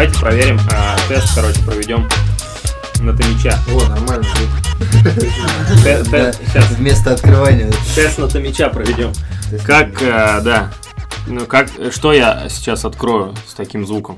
Давайте проверим тест, проведем на Томича. О, нормально. Сейчас Вместо открывания. тест на Томича проведем. Что я сейчас открою с таким звуком?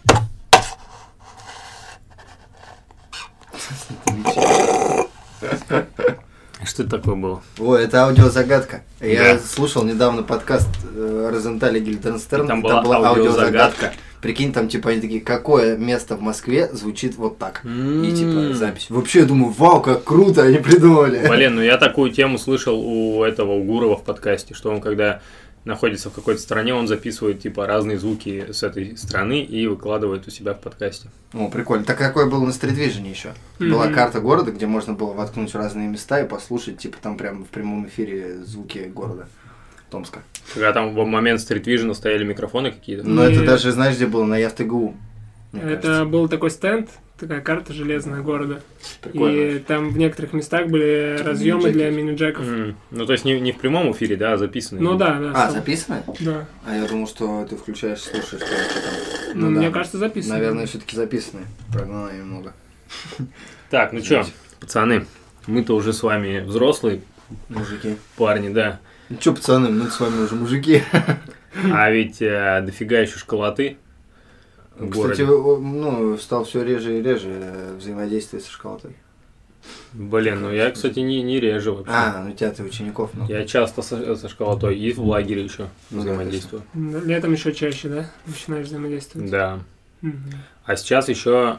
Что это такое было? О, это аудиозагадка. Я Да. слушал недавно подкаст Розенталя Гильденстерна. Там была аудиозагадка. Прикинь, там типа они такие, какое место в Москве звучит вот так. И типа запись. Вообще, я думаю, вау, как круто они придумали. Блин, я такую тему слышал у Гурова в подкасте, что он когда находится в какой-то стране, он записывает типа разные звуки с этой страны и выкладывает у себя в подкасте. О, прикольно. Так такое было на Streetvision еще. Была карта города, где можно было воткнуть в разные места и послушать, типа там прям в прямом эфире звуки города Томска. Когда там в момент Streetvision стояли микрофоны какие-то. Но это даже, знаешь, где было? На ЯФТГУ. Это был такой стенд, такая карта железная города. Прикольно. И там в некоторых местах были разъемы для мини-джеков. Ну, то есть не в прямом эфире, да, а записанные. Ну да. А, записано? Да. А я думал, что ты включаешь, слушаешь, что там. Ну, мне кажется, записано. Наверное, все-таки записаны. Прогнала немного. Так, ну чё, пацаны, мы-то уже с вами взрослые Мужики. парни, да. Ну чё, пацаны, мы с вами уже мужики. А ведь дофига еще школоты в Кстати, городе. стал все реже и реже взаимодействие со школотой. Блин, я, кстати, не реже вообще. У тебя-то учеников много. Я часто со школотой и в лагере еще Ну да, взаимодействую. Летом еще чаще, да? Начинаешь взаимодействовать. Да. Мгм. А сейчас еще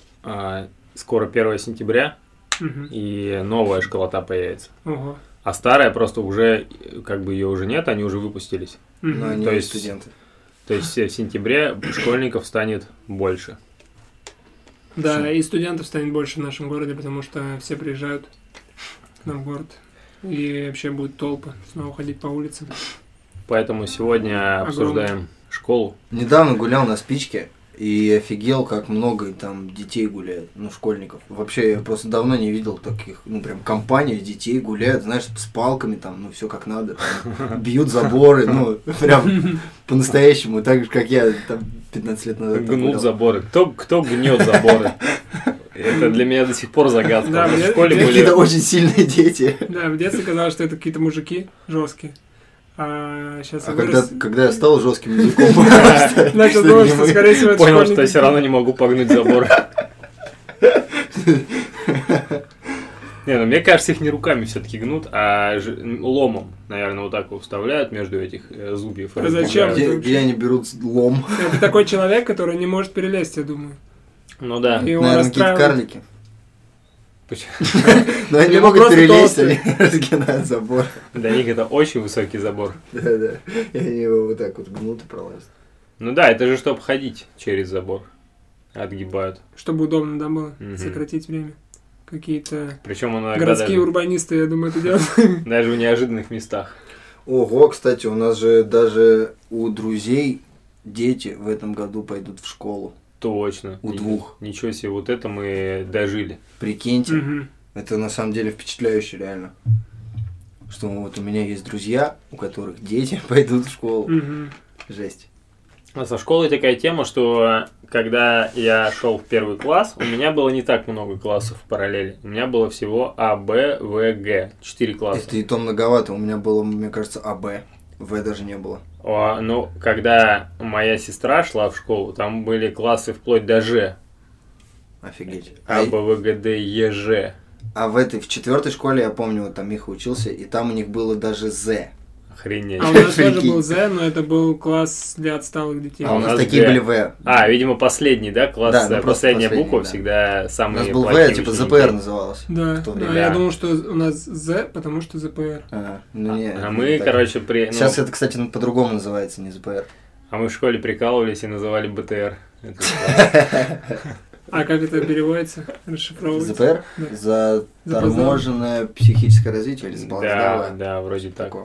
скоро 1 сентября, Мгм. и новая школота появится. Ого. А старая просто уже, ее уже нет, они уже выпустились. Мгм. Но они То не есть- студенты. То есть в сентябре школьников станет больше. Да, и студентов станет больше в нашем городе, потому что все приезжают к нам в город. И вообще будут толпы снова ходить по улицам. Поэтому сегодня обсуждаем школу. Недавно гулял на спичке и офигел, как много там детей гуляет, школьников. Вообще, я просто давно не видел таких, прям компания детей гуляют, знаешь, с палками там, все как надо, там, бьют заборы, прям по-настоящему, так же, как я там 15 лет назад там Гнут гулял. заборы. Кто гнет заборы? Это для меня до сих пор загадка. Да, Мы в мне- школе Какие-то были... очень сильные дети. Да, в детстве казалось, что это какие-то мужики жесткие. А сейчас А когда я стал жестким языком, начал думать, что, скорее всего, это Понял, школьники. что я все равно не могу погнуть забор. Мне кажется, их не руками все-таки гнут, а ломом, наверное, вот так вот вставляют между этих зубьев. А зачем? где они берут лом. Это такой человек, который не может перелезть, я думаю. Ну да. И его Наверное, какие-то расстраивает. карлики. Почему? Но они не Либо могут просто перелезть, толстые. они разгинают забор. Для них это очень высокий забор. Да. И они его вот так вот гнут и пролазят. Ну да, это же чтобы ходить через забор. Отгибают. Чтобы удобно, да, было Мгм. сократить время. Какие-то Причем иногда городские даже, урбанисты, я думаю, это делают. даже в неожиданных местах. Ого, кстати, у нас же даже у друзей дети в этом году пойдут в школу. Точно. У двух. Ничего себе, вот это мы дожили. Прикиньте, Мгм. это на самом деле впечатляюще реально. Что вот у меня есть друзья, у которых дети пойдут в школу. Мгм. Жесть. А со школой такая тема, что когда я шел в 1 класс, у меня было не так много классов в параллели. У меня было всего А, Б, В, Г. 4 класса. Это и то многовато. У меня было, мне кажется, АБ. В даже не было. Ну, когда моя сестра шла в школу, там были классы вплоть до Ж. Офигеть. А, Б, В, Г, Д, Е, Ж. А в 4-й школе, я помню, вот там Миха учился, и там у них было даже З. Охренеть. А у нас тоже Прикинь. был З, но это был класс для отсталых детей. А у у нас нас такие Г. были В. Видимо, последний, да, класс, Да, просто последняя последний, буква да. всегда У самый нас был В, плохие типа ученики. ЗПР называлось. Да, в то да, время. я думал, что у нас З, потому что ЗПР. А мы, так. короче, Сейчас это, кстати, по-другому называется, не ЗПР. А мы в школе прикалывались и называли БТР. Это А как это переводится? Расшифровывается? ЗПР? Да. Заторможенное психическое развитие или Да, запоздалое? да, вроде так. Такое.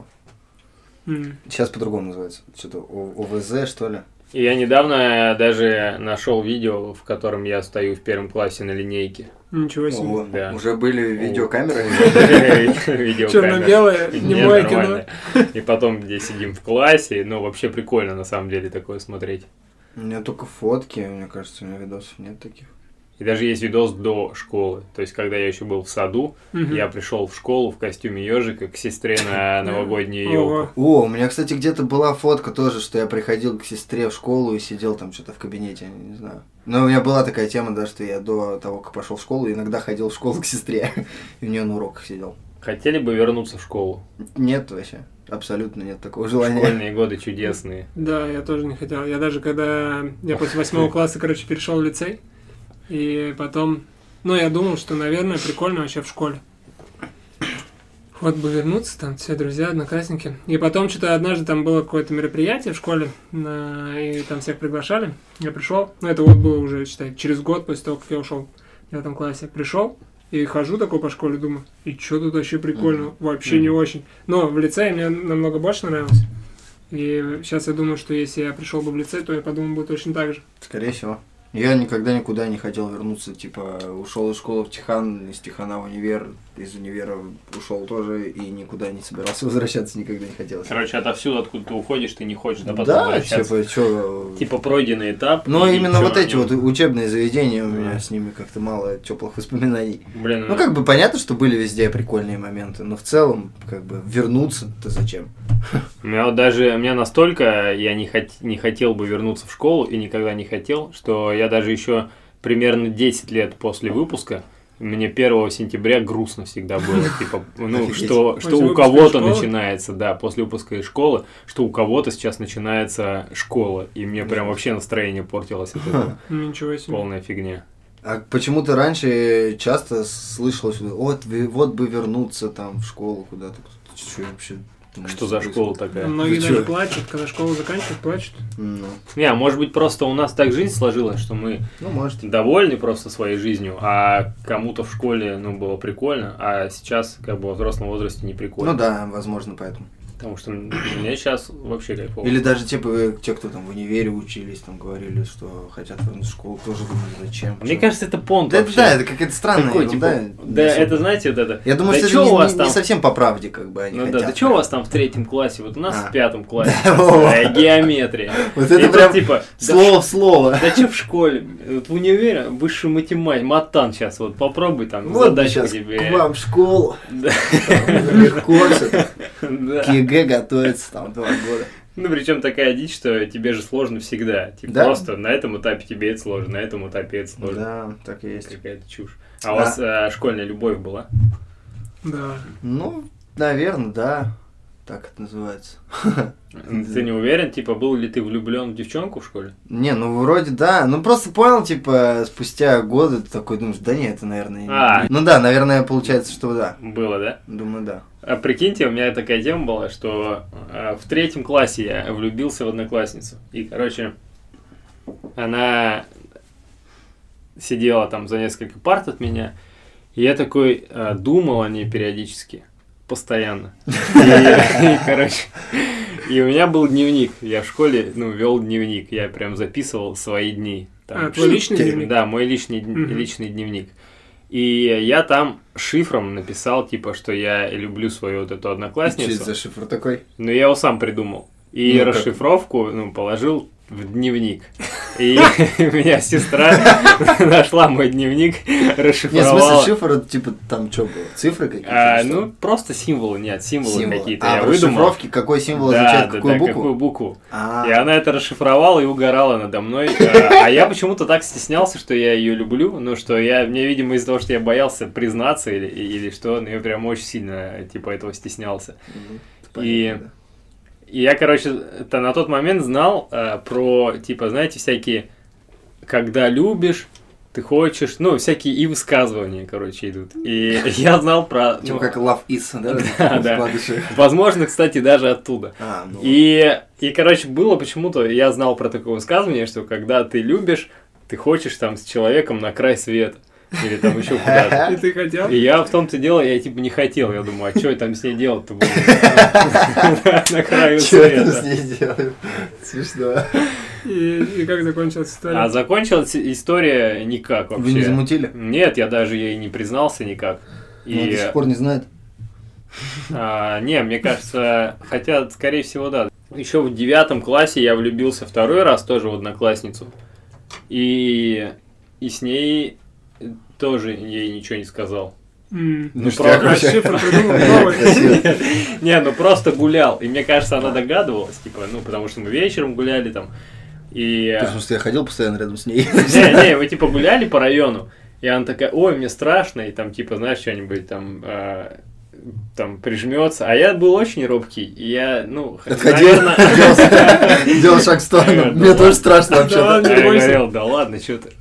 М. Сейчас по-другому называется. Что-то ОВЗ, что ли? И я недавно даже нашел видео, в котором я стою в 1 классе на линейке. Ничего себе. Ого, Да. уже были видеокамеры? Видеокамера. Черно-белое, Не, немое кино. нормально. И потом, где сидим в классе, вообще прикольно на самом деле такое смотреть. У меня только фотки, мне кажется, у меня видосов нет таких. И даже есть видос до школы. То есть, когда я еще был в саду, я пришел в школу в костюме ежика к сестре на новогоднюю елку. О, у меня, кстати, где-то была фотка тоже, что я приходил к сестре в школу и сидел там что-то в кабинете, не знаю. Но у меня была такая тема, да, что я до того, как пошел в школу, иногда ходил в школу к сестре, и у нее на уроках сидел. Хотели бы вернуться в школу? Нет вообще. Абсолютно нет такого желания. Школьные годы чудесные. Да, я тоже не хотел. Я даже когда... Я после 8 класса, короче, перешел в лицей. И потом, я думал, что, наверное, прикольно вообще в школе. Вот бы вернуться, там все друзья, одноклассники. И потом что-то однажды там было какое-то мероприятие в школе, и там всех приглашали. Я пришел, это вот было уже, считай, через год после того, как я ушел в 9 классе. Пришел и хожу такой по школе, думаю, и что тут вообще прикольно? Вообще не очень. Но в лицее мне намного больше нравилось. И сейчас я думаю, что если я пришел бы в лицей, то я подумал бы точно так же. Скорее всего. Я никогда никуда не хотел вернуться, типа, ушел из школы в Тихан, из Тихана в универ, из универа ушел тоже и никуда не собирался возвращаться, никогда не хотелось. Короче, отовсюду, откуда ты уходишь, ты не хочешь, да, потом возвращаться. Да, типа, что... Типа пройденный этап. Но именно вот эти вот учебные заведения, у меня с ними как-то мало теплых воспоминаний. Блин, ну, как бы понятно, что были везде прикольные моменты, но в целом, как бы, вернуться-то зачем? У меня настолько я не хотел бы вернуться в школу и никогда не хотел, что я даже еще примерно 10 лет после выпуска, мне 1 сентября грустно всегда было, типа, что у кого-то начинается, да, после выпуска из школы, что у кого-то сейчас начинается школа, и мне прям вообще настроение портилось от этого. Ничего себе. Полная фигня. А почему-то раньше часто слышалось, вот бы вернуться там в школу куда-то, что вообще... Что за школа такая? Многие даже плачут, когда школу заканчивают, плачут. Не, может быть, просто у нас так жизнь сложилась, что мы довольны просто своей жизнью, а кому-то в школе было прикольно, а сейчас как бы во взрослом возрасте не прикольно. Ну да, возможно, поэтому. Потому что мне сейчас вообще кайфово. Или даже типа те, кто там в универе учились, там говорили, что хотят вернуться в школу, тоже думают, зачем. Мне кажется, это понт да, вообще. Да, это какая-то странная ерунда. Да, это, знаете, вот это... Я думаю, что это не совсем по правде, как бы, они хотят. Да что у вас там в 3 классе? Вот у нас в 5 классе геометрия. Вот это прям типа слово в слово. Да что в школе? В универе высшую математику, матан сейчас, вот попробуй там задачку тебе. К вам в школу. Легко все. ЕГЭ готовится там 2 года. Ну, причем такая дичь, что тебе же сложно всегда. Типа да? Просто на этом этапе тебе это сложно, на этом этапе это сложно. Да, так и есть. Какая-то чушь. А у вас школьная любовь была? Да. Ну, наверное, да. Так это называется. Ты не уверен, типа, был ли ты влюблен в девчонку в школе? Не, ну вроде да. Ну просто понял, типа, спустя годы ты такой думаешь, да нет, это, наверное, не. Ну да, наверное, получается, что да. Было, да? Думаю, да. А прикиньте, у меня такая тема была, что в 3 классе я влюбился в одноклассницу. И, короче, она сидела там за несколько парт от меня, и я такой думал о ней периодически. Постоянно. И, короче, и у меня был дневник. Я в школе, вел дневник. Я прям записывал свои дни. Там, твой личный дневник? Да, мой личный дневник. И я там шифром написал, типа, что я люблю свою вот эту одноклассницу. Что это за шифр такой? Но я его сам придумал. И расшифровку положил в дневник. И у меня сестра нашла мой дневник, расшифровала. Нет, в смысле шифр, это типа там что было? Цифры какие-то? Ну, просто символы, символы какие-то я выдумал. Расшифровки, расшифровке какой символ означает какую букву? Какую букву. И она это расшифровала и угорала надо мной. А я почему-то так стеснялся, что я ее люблю, что мне, видимо, из-за того, что я боялся признаться или что, я прям очень сильно типа этого стеснялся. И я, короче, на тот момент знал про, типа, знаете, всякие, когда любишь, ты хочешь, всякие и высказывания, короче, идут. И я знал про... Типа как love is, да? Да. Возможно, кстати, даже оттуда. И, короче, было почему-то, я знал про такое высказывание, что когда ты любишь, ты хочешь там с человеком на край света. Или там еще куда-то. И ты хотел? И я в том-то дело, я типа не хотел. Я думаю, а что я там с ней делать-то буду? На краю света. Что я с ней делаю? Смешно. И как закончилась история? А закончилась история никак вообще. Вы не замутили? Нет, я даже ей не признался никак. Она до сих пор не знает. Не, мне кажется, хотя, скорее всего, да. Еще в 9 классе я влюбился второй раз тоже в одноклассницу. И с ней тоже ей ничего не сказал. Ну что, шифр придумал новый. Не, ну просто гулял. И мне кажется, она догадывалась, типа, ну, потому что мы вечером гуляли там. И... Потому что я ходил постоянно рядом с ней. Не, мы типа гуляли по району, и она такая, ой, мне страшно, и там типа, знаешь, что-нибудь там прижмется. А я был очень робкий, и я, ну, отходил, наверное... делал шаг в сторону. Мне тоже страшно вообще-то. Я говорил, да ладно, что ты.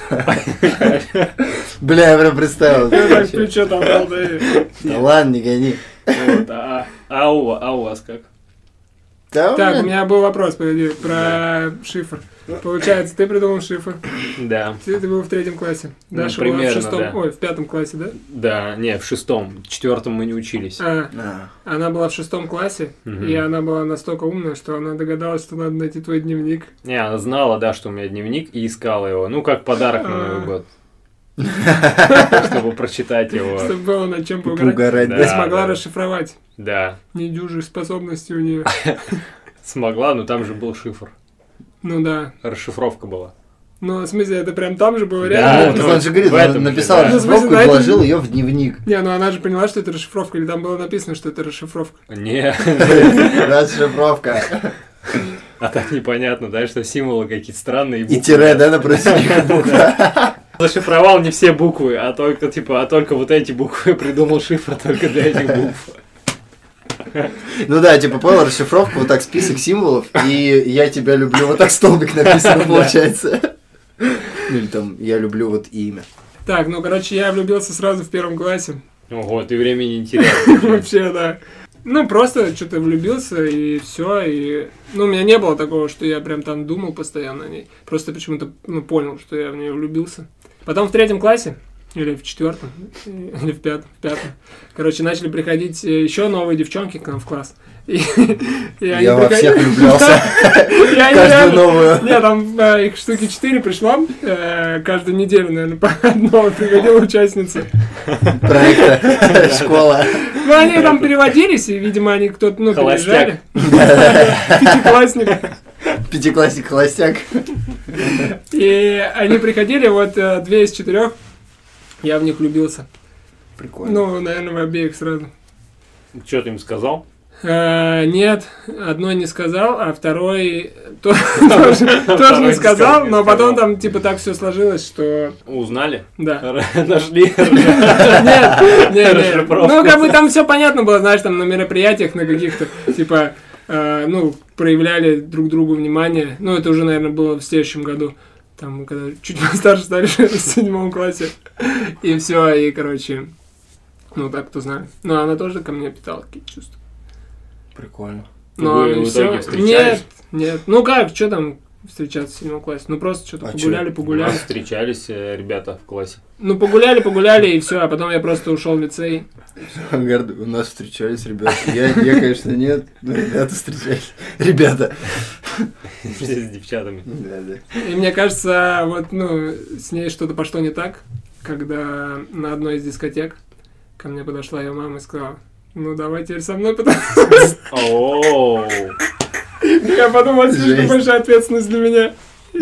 Бля, я прям представил. Я так плечо там дал, да. Да ладно, не гони. А у вас как? Так, у меня был вопрос, погоди, про шифр. Получается, ты придумал шифр. Да. Ты был в 3 классе. Даша была в примерно, 6, да. ой, в 5 классе, да? Да, не, в 6, в 4 мы не учились. Она была в 6 классе, и она была настолько умная, что она догадалась, что надо найти твой дневник. Не, она знала, да, что у меня дневник, и искала его. Ну, как подарок на Новый год. Чтобы прочитать его. Чтобы было над чем поугарать. Да, Не смогла расшифровать. Да. Недюжие способности у нее. Смогла, но там же был шифр. Ну да. Расшифровка была. Ну, в смысле, это прям там же было Да, реально? Ну, он же говорит, в этом написал же, да. расшифровку и положил ее в дневник. Не, ну она же поняла, что это расшифровка, или там было написано, что это расшифровка. Не. Расшифровка. А так непонятно, да, что символы какие-то странные. И тире, да, напротив них буква. Зашифровал не все буквы, а только вот эти буквы, придумал шифр только для этих букв. Ну да, типа, понял, расшифровка, вот так список символов, и я тебя люблю, вот так столбик написано, получается. Ну или там, я люблю вот имя. Так, ну, короче, я влюбился сразу в 1 классе. Ого, ты времени не терял. Вообще, да. Ну, просто что-то влюбился, и все. И... Ну, у меня не было такого, что я прям там думал постоянно о ней. Просто почему-то понял, что я в нее влюбился. Потом в 3 классе, или в 4, или в 5, короче, начали приходить еще новые девчонки к нам в класс. Я во всех влюблялся. Каждую новую. Не, там их штуки 4 пришло. Каждую неделю, наверное, по одной приходила участница. Проекта «Школа». Ну, они там переводились, и, видимо, они кто-то, Холостяк. переезжали. Пятиклассник. Пятиклассник холостяк. И они приходили, вот 2 из 4, я в них влюбился. Прикольно. Ну, наверное, в обеих сразу. Что ты им сказал? Нет, одной не сказал, а второй тоже не сказал, но потом там типа так все сложилось, что... Узнали? Да. Нашли? Нет. Ну, как бы там все понятно было, знаешь, там на мероприятиях, на каких-то, типа, проявляли друг другу внимание. Ну, это уже, наверное, было в следующем году. Там, когда чуть постарше стали, в 7 классе. И все, и, короче, так кто знали. Но она тоже ко мне питала какие-то чувства. Прикольно. Вы в итоге встречались? Нет. Ну как, что там встречаться в 7 классе? Ну просто что-то погуляли. У нас встречались ребята в классе. Ну погуляли, и все, а потом я просто ушел в лицей. У нас встречались ребята. Я, конечно, нет, но ребята встречались. Ребята. С девчатами. Да. И мне кажется, вот, с ней что-то пошло не так, когда на одной из дискотек ко мне подошла ее мама и сказала: ну, давай теперь со мной потанцуем. Я подумал, это слишком большая ответственность для меня.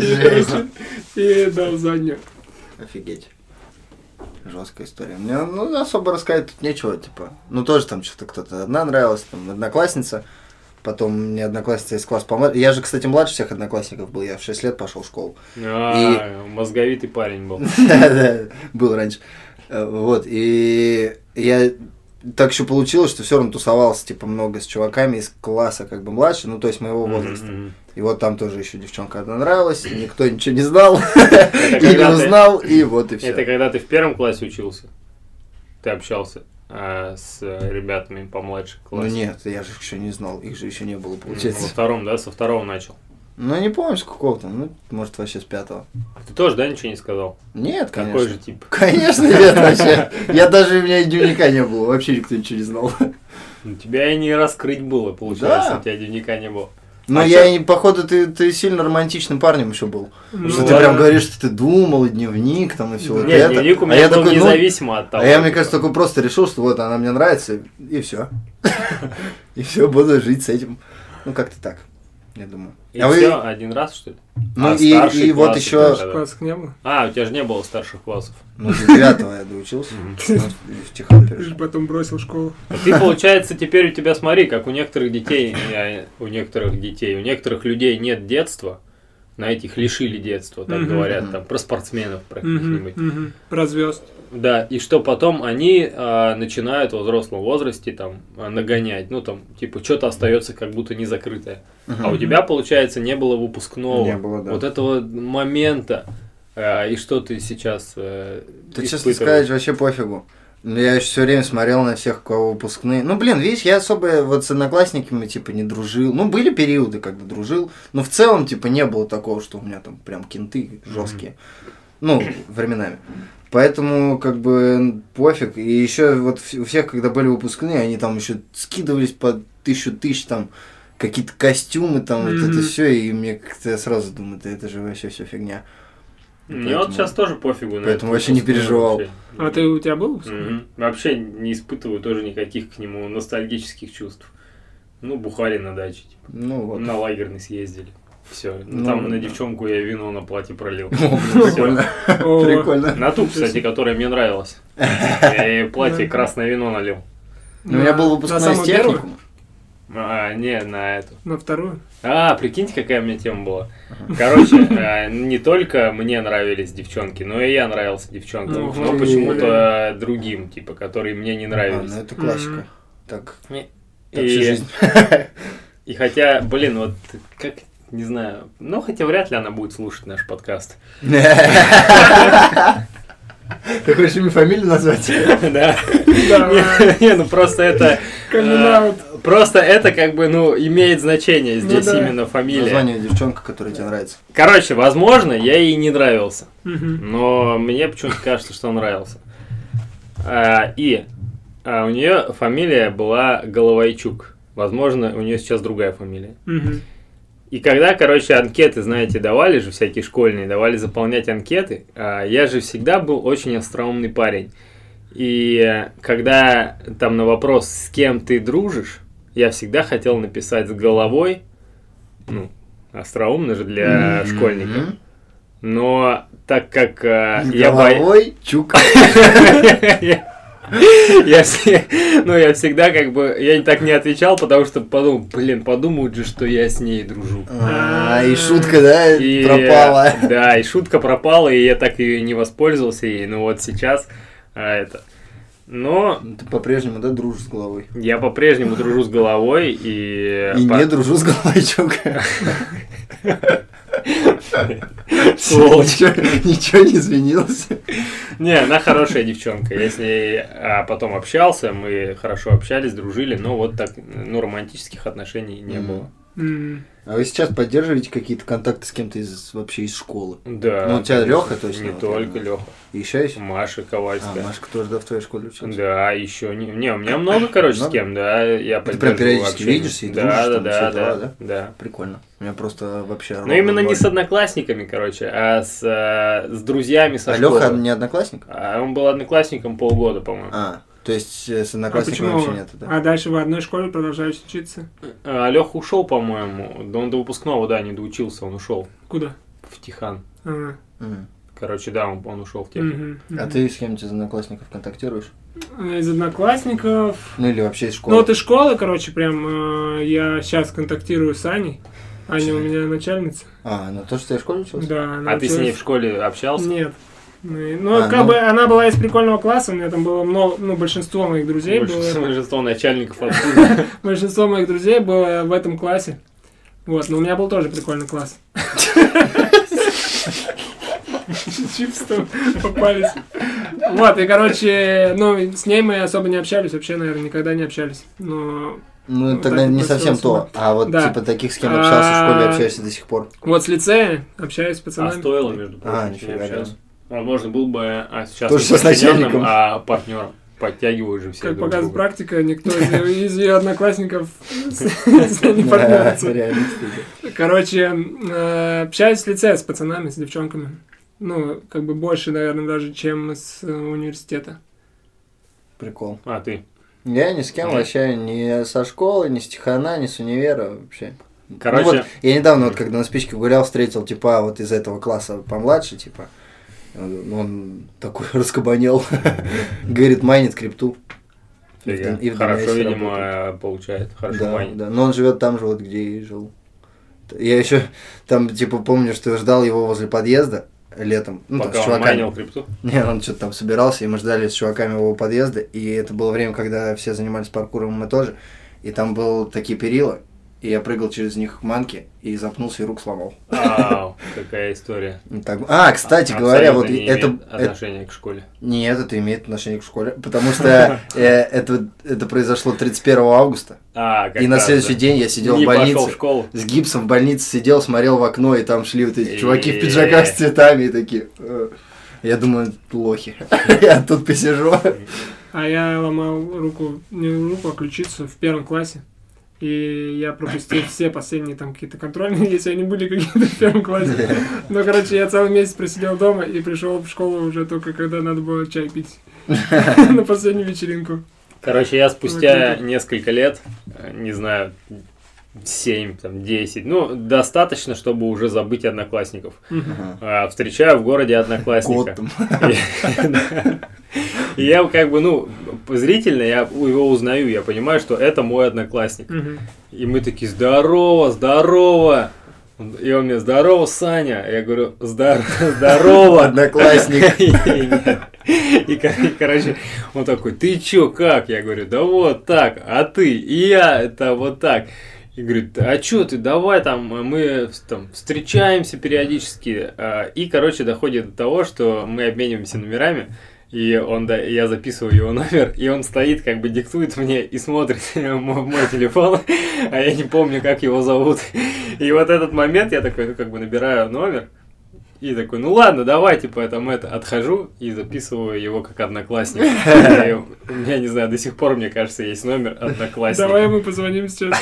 И дал заднюю. Офигеть. Жесткая история. Мне, особо рассказать тут нечего, типа. Ну, тоже там что-то кто-то одна нравилась, там, одноклассница. Потом мне одноклассница из класса помладше. Я же, кстати, младше всех одноклассников был. Я в 6 лет пошел в школу. Мозговитый парень был. Да, был раньше. Вот, и я... Так еще получилось, что все равно тусовался, типа, много с чуваками из класса, как бы, младше, то есть моего возраста. И вот там тоже еще девчонка одна нравилась, никто ничего не знал, и не узнал, и вот и все. Это когда ты в 1 классе учился? Ты общался с ребятами помладше класса? Ну нет, я же еще не знал, их же еще не было, получается. Во 2, да? Со 2 начал? Ну, не помню, с какого-то, может, вообще с 5. Ты тоже, да, ничего не сказал? Нет, конечно. Какой же тип? Конечно, нет, вообще. У меня и дневника не было, вообще никто ничего не знал. Тебя и не раскрыть было, получается, Да. у тебя дневника не было. Но походу, ты сильно романтичным парнем еще был. Ну, что ты прям говоришь, что ты думал, и дневник, там, и все вот Нет, это. дневник у меня был независимо от того. А я, мне кажется, такой просто решил, что вот она мне нравится, и все. И все, буду жить с этим. Ну, как-то так, я думаю. И все, один раз, что ли? Ну, и вот еще... Классов не было? У тебя же не было старших классов. Ну, до 9-го я доучился. В Тихон перешел. Потом бросил школу. Ты, получается, теперь у тебя, смотри, как у некоторых детей, у некоторых людей нет детства, на этих лишили детства, так говорят, там, про спортсменов про каких-нибудь. Про звезд. Да, и что потом они начинают в взрослом возрасте там нагонять, ну там, типа, что-то остается как будто не закрытое. А у тебя, получается, не было выпускного. Не было, да. Вот этого момента. И что ты сейчас Ты, честно сказать, вообще пофигу. Я еще все время смотрел на всех, у кого выпускные. Ну, блин, видишь, я особо вот с одноклассниками, типа, не дружил. Ну, были периоды, когда дружил, но в целом, типа, не было такого, что у меня там прям кенты жесткие. Ну, временами. Поэтому, как бы, пофиг. И еще вот у всех, когда были выпускные, они там еще скидывались по 1000 тысяч, там, какие-то костюмы, там, вот это все, и мне как-то я сразу думаю, да это же вообще все фигня. Мне вот сейчас тоже пофигу. Поэтому вообще не переживал. Вообще. А у тебя был выпускной? Вообще не испытываю тоже никаких к нему ностальгических чувств. Ну, бухали на даче, типа. Ну, вот. На лагерный съездили. Все. Ну, там да. на девчонку я вино на платье пролил. Прикольно. Прикольно. На ту, кстати, которая мне нравилась. Я ей платье красное вино налил. У меня был выпускной с техникума. Не, на эту. На вторую? Прикиньте, какая у меня тема была. Короче, не только мне нравились девчонки, но и я нравился девчонкам. Но почему-то другим, типа, которые мне не нравились. Ну это классика. Так всю жизнь. И хотя, блин, вот как, не знаю, ну хотя вряд ли она будет слушать наш подкаст. Ты хочешь мне фамилию назвать? Да. Не, ну просто это... Просто это как бы, ну, имеет значение здесь именно фамилия. Название девчонка, которая тебе нравится. Короче, возможно, я ей не нравился. Но мне почему-то кажется, что он нравился. И у нее фамилия была Головайчук. Возможно, у нее сейчас другая фамилия. И когда, короче, анкеты, знаете, давали же всякие школьные, давали заполнять анкеты, я же всегда был очень остроумный парень. И когда там на вопрос, с кем ты дружишь, я всегда хотел написать с головой, ну, остроумно же для школьника. Но так как я головой чук. Я всегда как бы, я так не отвечал, потому что подумал, подумают же, что я с ней дружу. И шутка, да, пропала. Да, и шутка пропала, и я так ее не воспользовался, и ну вот сейчас Но... Ты по-прежнему, да, дружишь с головой? Я по-прежнему дружу с головой, и... И не дружу с головой, чука. Ничего не изменилось. Не, она хорошая девчонка. Я с ней потом общался, мы хорошо общались, дружили, но вот так, ну, романтических отношений не было. А вы сейчас поддерживаете какие-то контакты с кем-то вообще из школы? Да. Ну, у тебя Леха точно? Не только Леха. Еще есть? Маша Ковальская. Машка тоже, да, в твоей школе училась? Да, еще не... Не, у меня много, короче, с кем, да, я поддерживаю. Ты прям периодически видишься и дружишь? Да. Прикольно. У меня просто вообще... Но именно не с одноклассниками, короче, а с друзьями со школы. А Леха не одноклассник? Он был одноклассником полгода, по-моему. То есть с одноклассниками вообще нет, да? А дальше в одной школе продолжаешь учиться? Леха ушел, по-моему. Да он до выпускного, да, не доучился, он ушел. Куда? В Тихан. Короче, да, он ушел в технику. А ты с кем-то из одноклассников контактируешь? Из одноклассников... Ну или вообще из школы? Ну вот из школы, короче, прям я сейчас контактирую с Аней. Аня у меня начальница. Она тоже в твоей школе училась? Да, она А ты с ней в школе общался? Нет. Ну, бы она была из прикольного класса, у меня там было много, ну, большинство моих друзей было... Большинство начальников откуда? Большинство моих друзей было в этом классе. Вот, но у меня был тоже прикольный класс. Чипсы там попались. Вот, и, короче, ну, с ней мы особо не общались, вообще, наверное, никогда не общались. Но... Ну, тогда не совсем то. А вот, типа, таких, с кем общался в школе, общаешься до сих пор? Вот с лицея общаюсь с пацанами. А стоило, между прочим, нифига. Возможно, был бы сейчас тоже не партнером, а партнером. подтягивают же все Как друг показывает друга. практика, никто из ее одноклассников не поднялся. Реально стыдно. Короче, общаюсь в лице с пацанами, с девчонками. Ну, как бы больше, наверное, даже, чем с университета. Прикол. А, ты? Я ни с кем Нет. вообще, ни со школы, ни с Тихона, ни с универа вообще. Короче, Ну вот, я недавно, вот, когда на спичке гулял, встретил, типа, вот из этого класса помладше, типа, он такой раскабанел, говорит, майнит крипту. фига. и в Хорошо, ДНС видимо, получает. Хорошо Да, майнит. да, но он живет там же, вот где и жил. Я еще там, типа, помню, что ждал его возле подъезда летом, ну, там, Пока с он чуваками. майнил крипту. Не, он что-то там собирался, и мы ждали с чуваками его подъезда, и это было время, когда все занимались паркуром, мы тоже, и там были такие перила, и я прыгал через них к манке, и запнулся, и руку сломал. Ау, какая история. И так... кстати говоря, вот Абсолютно не это... имеет отношения к школе. Нет, это имеет отношение к школе, потому что это произошло 31 августа, Как и на раз, следующий да. день я сидел Не в пошел в больнице, школу. с гипсом в больнице сидел, смотрел в окно, и там шли вот эти чуваки в пиджаках с цветами, и такие... Я думаю, лохи. Я тут посижу. А я ломал руку, не руку, а ключицу в 1 классе. И я пропустил все последние там какие-то контрольные, если они были какие-то в 1 классе. Но, короче, я целый месяц просидел дома и пришел в школу уже только когда надо было чай пить. На последнюю вечеринку. Короче, я спустя круто. несколько лет, не знаю, 7, там, 10, ну, достаточно, чтобы уже забыть одноклассников. Встречаю в городе Год одноклассника. там. И я как бы, ну, зрительно я его узнаю, я понимаю, что это мой одноклассник. И мы такие, здорово, здорово. И он мне, здорово, Саня. Я говорю, здорово. Одноклассник. И, короче, он такой, ты чё, как? Я говорю, да вот так, а ты? И я, это вот так. И говорит, а чё ты, давай там, мы там встречаемся периодически. И, короче, доходит до того, что мы обмениваемся номерами. И я записываю его номер, и он стоит, как бы диктует мне и смотрит мой телефон, а я не помню, как его зовут. И вот этот момент я такой, ну, как бы набираю номер, и такой, ну ладно, давай, типа, я там отхожу и записываю его как одноклассник. У меня, не знаю, до сих пор, мне кажется, есть номер одноклассника. Давай мы позвоним сейчас.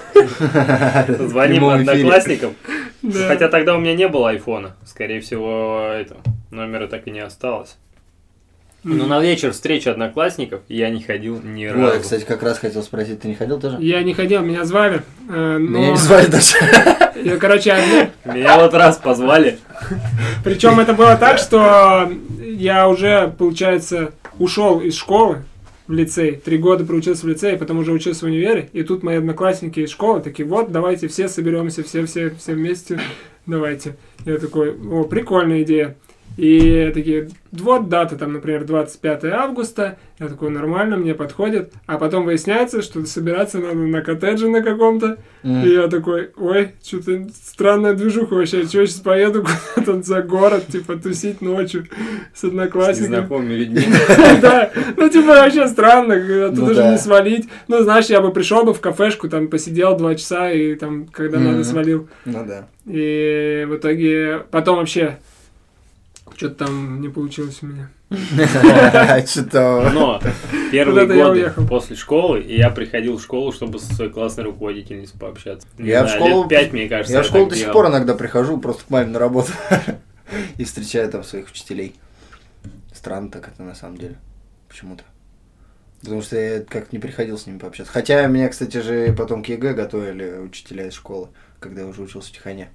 Звоним прямом эфире. одноклассникам. Да. Хотя тогда у меня не было айфона. Скорее всего, номера так и не осталось. Но на вечер встречи одноклассников я не ходил ни Ой, разу. кстати, как раз хотел спросить, ты не ходил тоже? Я не ходил, меня звали. Меня Но... не звали даже. Короче, Меня вот раз позвали. причем это было так, что я уже, получается, ушел из школы в лицей. 3 года проучился в лицее, потом уже учился в универе. И тут мои одноклассники из школы такие, вот, давайте все соберемся, все вместе, давайте. Я такой, о, прикольная идея. И такие, вот дата, там, например, 25 августа. Я такой, нормально, мне подходит. А потом выясняется, что собираться надо на коттедже на каком-то. И я такой, ой, что-то странная движуха вообще. Что я сейчас поеду куда-то за город, типа, тусить ночью с С одноклассниками. незнакомыми людьми. Да, ну, типа, вообще странно, оттуда Ну же да. не свалить. Ну, знаешь, я бы пришел бы в кафешку, там, посидел 2 часа, и там, когда надо, свалил. Ну да. И в итоге потом вообще что-то там не получилось у меня. Что-то... Но первые Куда-то я годы уехал. после школы, и я приходил в школу, чтобы со своей классной руководительницей пообщаться. Не Я в знаю, школу- лет 5, мне кажется, Я в школу так до сих делал. пор иногда прихожу, просто к маме на работу. И встречаю там своих учителей. Странно так это на самом деле. Почему-то. Потому что я как не приходил с ними пообщаться. Хотя меня, кстати же, потом к ЕГЭ готовили учителя из школы, когда я уже учился в Тихоне.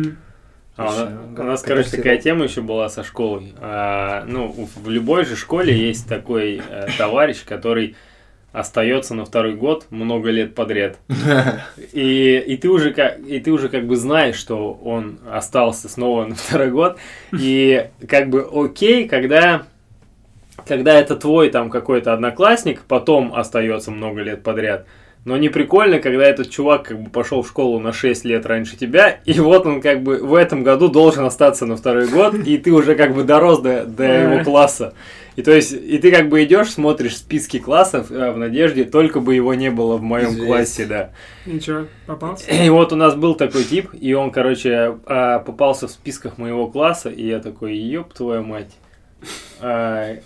У нас, короче, такая тема еще была со школой. Ну, в любой же школе есть такой товарищ, который остается на 2-й год много лет подряд. И ты уже как бы знаешь, что он остался снова на 2-й год. И как бы окей, когда это твой там какой-то одноклассник, потом остается много лет подряд. Но не прикольно, когда этот чувак как бы пошел в школу на 6 лет раньше тебя, и вот он как бы в этом году должен остаться на 2-й год, и ты уже как бы дорос до его класса. И то есть, и ты как бы идешь, смотришь списки классов в надежде, только бы его не было в моем Жесть. классе, да. Ничего, попался? И вот у нас был такой тип, и он, короче, попался в списках моего класса, и я такой, ёб твою мать.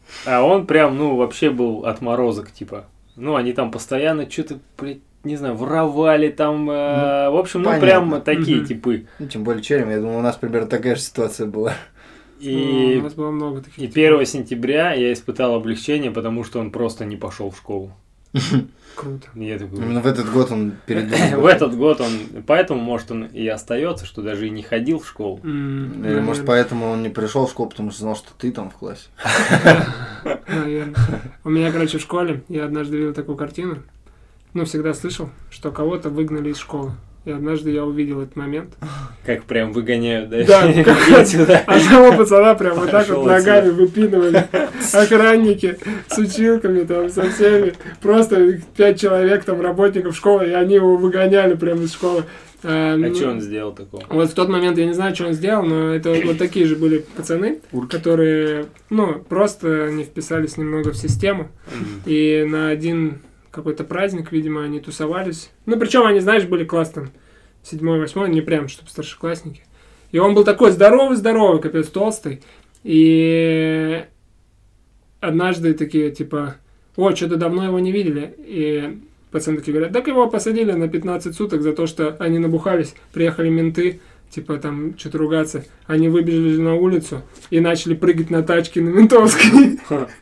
А он прям, ну, вообще был отморозок, типа. Ну, они там постоянно что-то, блядь, не знаю, воровали там, в общем, ну, прям такие типы. Ну, тем более черем, я думаю, у нас примерно такая же ситуация была. У нас было много таких. И 1 сентября я испытал облегчение, потому что он просто не пошел в школу. Круто. Я такой... Именно в этот год он передумал. В этот год он... Поэтому, может, он и остается, что даже и не ходил в школу. Или, может, поэтому он не пришел в школу, потому что знал, что ты там в классе. Наверное. У меня, короче, в школе я однажды видел такую картину. Ну, всегда слышал, что кого-то выгнали из школы. И однажды я увидел этот момент. Как прям выгоняют, да? Да, одного пацана прям вот так вот ногами выпинывали. Охранники с училками там, со всеми. Просто 5 человек, там, работников школы, и они его выгоняли прямо из школы. А что он сделал такого? Вот в тот момент я не знаю, что он сделал, но это вот такие же были пацаны, которые, ну, просто не вписались немного в систему. И на один... какой-то праздник, видимо, они тусовались. Ну, причем они, знаешь, были класс там 7-й, 8-й, не прям, чтобы старшеклассники. И он был такой здоровый-здоровый, капец, толстый. И однажды такие, типа, о, что-то давно его не видели. И пацаны такие говорят, так его посадили на 15 суток за то, что они набухались, приехали менты, типа, там, что-то ругаться. Они выбежали на улицу и начали прыгать на тачки на ментовской.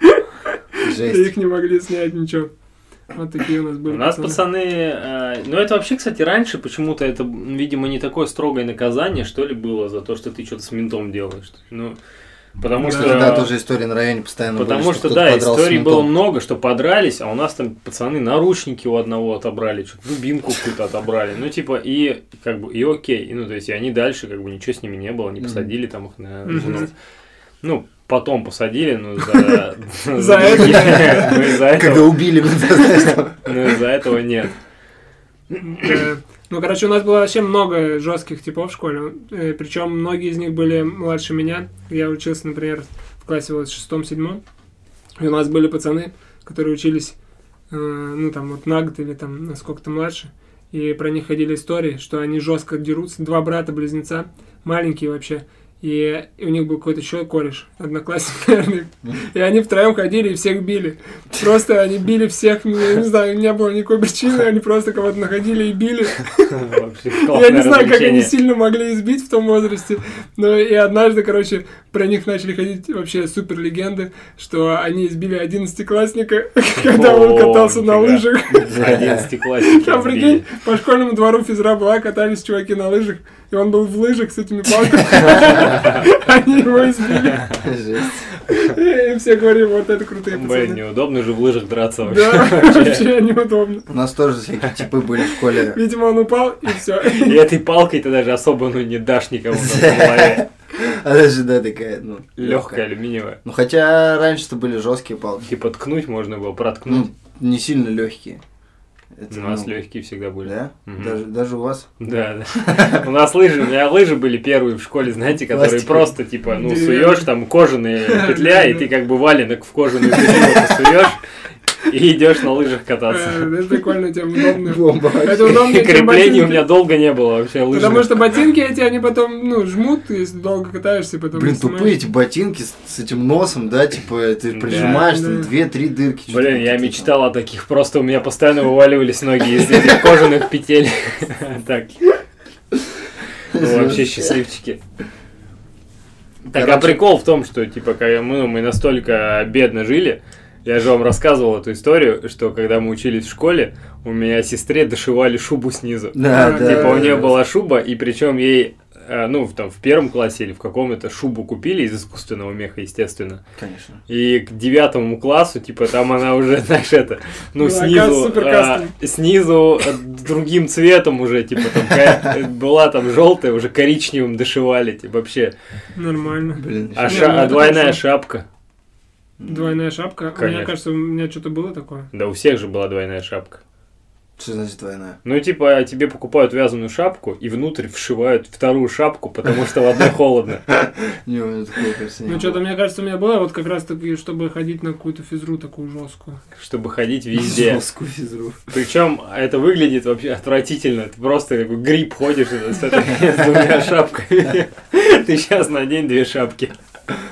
И их не могли снять, ничего. Вот такие у нас были. У нас пацаны... ну, это вообще, кстати, раньше почему-то это, видимо, не такое строгое наказание, что ли, было за то, что ты что-то с ментом делаешь. Ну, потому что... Да, тоже истории на районе постоянно были. Потому что, да, историй было много, что подрались, а у нас там пацаны наручники у одного отобрали, что-то дубинку какую-то отобрали. Ну, типа, и как бы, и окей. Ну, то есть, и они дальше, как бы, ничего с ними не было, не посадили там их на... Ну, потом посадили, ну, за это. Когда убили. Ну, из-за этого нет. Ну, короче, у нас было вообще много жестких типов в школе. Причем многие из них были младше меня. Я учился, например, в классе вот 6-7. И у нас были пацаны, которые учились, ну, там, вот на год или там на сколько-то младше. И про них ходили истории, что они жестко дерутся. 2 брата-близнеца, маленькие вообще. И у них был какой-то еще кореш, одноклассник, наверное. И они втроем ходили и всех били. Просто они били всех, я не знаю, не было никакой причины, они просто кого-то находили и били. Я не знаю, как они сильно могли избить в том возрасте. Но и однажды, короче, про них начали ходить вообще супер легенды, что они избили 11-классника, когда он катался на лыжах. 11-классники. Там, прикинь, по школьному двору физра была, катались чуваки на лыжах, и он был в лыжах с этими палками. Они его избили. И все говорили, вот это крутые пацаны. Блин, неудобно же в лыжах драться вообще. Да, вообще неудобно. У нас тоже всякие типы были в школе. Видимо, он упал, и все. И этой палкой ты даже особо, ну, не дашь никому на голове. Она же, да, такая, ну... Легкая, алюминиевая. Ну, хотя раньше-то были жесткие палки. Типа ткнуть можно было, проткнуть. Ну, не сильно легкие. У нас легкие всегда были. Да? Даже у вас? Да. У нас лыжи, у меня лыжи были первые в школе, знаете, которые просто, типа, ну, суешь, там, кожаные петля, и ты как бы валенок в кожаную петлю суешь, и идешь на лыжах кататься. Это прикольно, тебе удобно. Бомба. Это удобно, чем Креплений у ботинки. меня долго не было вообще лыжных. Потому что ботинки эти, они потом, ну, жмут, если долго катаешься, потом... Блин, тупые эти ботинки с этим носом, да, типа, ты прижимаешь, там 2-3 дырки. Блин, я мечтал о таких, просто у меня постоянно вываливались ноги из этих кожаных петель. Так. Вообще счастливчики. Так, а прикол в том, что, типа, когда мы настолько бедно жили, я же вам рассказывал эту историю, что когда мы учились в школе, у меня сестре дошивали шубу снизу. Да, типа, у нее была шуба, и причем ей, ну, там, в 1 классе или в каком-то шубу купили из искусственного меха, естественно. Конечно. И к 9 классу, типа, там она уже, знаешь, это, ну, снизу другим цветом уже, типа, там, была там желтая, уже коричневым дошивали, типа, вообще. Нормально. Блин. А двойная шапка. Двойная шапка? Конечно. Мне кажется, у меня что-то было такое. Да у всех же была двойная шапка. Что значит двойная? Ну, типа, тебе покупают вязаную шапку и внутрь вшивают 2 шапку, потому что в одной холодно. Не, у меня такого, кажется, не было. Ну, что-то, мне кажется, у меня было вот как раз-таки, чтобы ходить на какую-то физру такую жесткую. Чтобы ходить везде. Жесткую физру. Причем это выглядит вообще отвратительно. Ты просто как гриб ходишь с 2 шапками. Ты сейчас надень 2 шапки.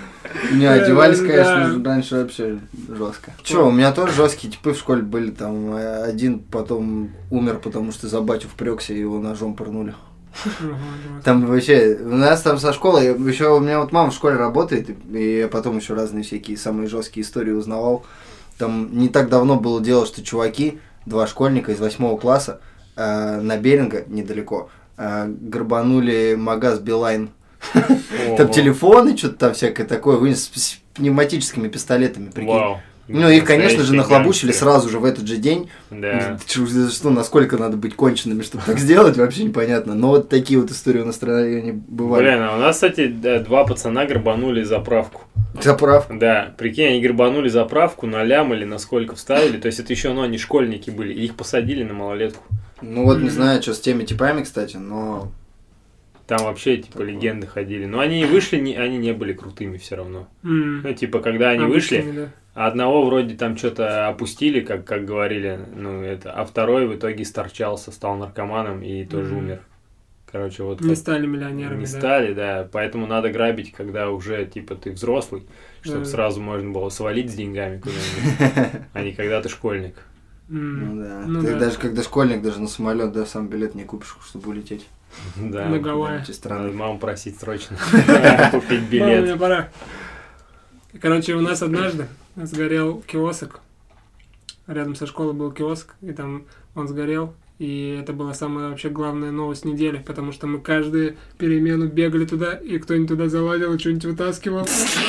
Не, одевались, конечно, раньше вообще жестко. Че, у меня тоже жесткие типы в школе были. Там один потом умер, потому что за батю впрёгся, и его ножом пырнули. Там вообще, у нас там со школы, еще у меня вот мама в школе работает, и я потом еще разные всякие самые жесткие истории узнавал. Там не так давно было дело, что чуваки, 2 школьника из 8 класса на Беринга недалеко грабанули магаз Билайн. Там телефоны, что-то там всякое такое, с пневматическими пистолетами, прикинь. Ну, их, конечно же, нахлобучили сразу же в этот же день. Да. Что, насколько надо быть конченными, чтобы так сделать, вообще непонятно. Но вот такие вот истории у нас в районе бывали. Блин, а у нас, кстати, 2 пацана грабанули заправку. Заправку? Да, прикинь, они грабанули заправку на лям или на сколько вставили. То есть это еще, они школьники были. И их посадили на малолетку. Ну вот не знаю, что с теми типами, кстати, но... Там вообще, типа, легенды ходили. Но они вышли, они не были крутыми все равно. Ну, типа, когда они вышли... Одного вроде там что-то опустили, как говорили, а второй в итоге сторчался, стал наркоманом и тоже умер. Короче, вот не стали миллионерами. Не стали, да. Поэтому надо грабить, когда уже, типа, ты взрослый, чтобы сразу можно было свалить с деньгами куда-нибудь, а не когда ты школьник. Ну да. Ты даже когда школьник, даже на самолет, да, сам билет не купишь, чтобы улететь. Да. На Гавайи. Надо маму просить срочно купить билет. Мама, мне пора. Короче, у нас однажды сгорел киоск. Рядом со школой был киоск, и там он сгорел. И это была самая вообще главная новость недели, потому что мы каждую перемену бегали туда, и кто-нибудь туда залазил и что-нибудь вытаскивал.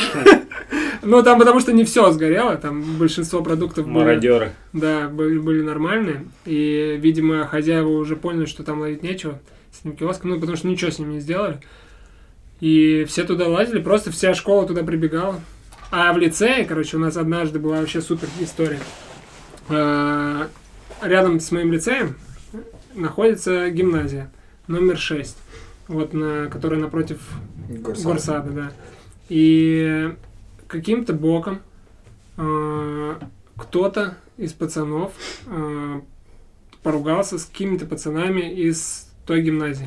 Ну, там потому что не все сгорело, там большинство продуктов были... Мародеры. Да, были нормальные. И, видимо, хозяева уже поняли, что там ловить нечего с этим киоском, ну, потому что ничего с ним не сделали. И все туда лазили, просто вся школа туда прибегала. А в лицее, короче, у нас однажды была вообще супер история. Рядом с моим лицеем находится гимназия номер 6, вот которая напротив Горсада, да. И каким-то боком кто-то из пацанов поругался с какими-то пацанами из той гимназии.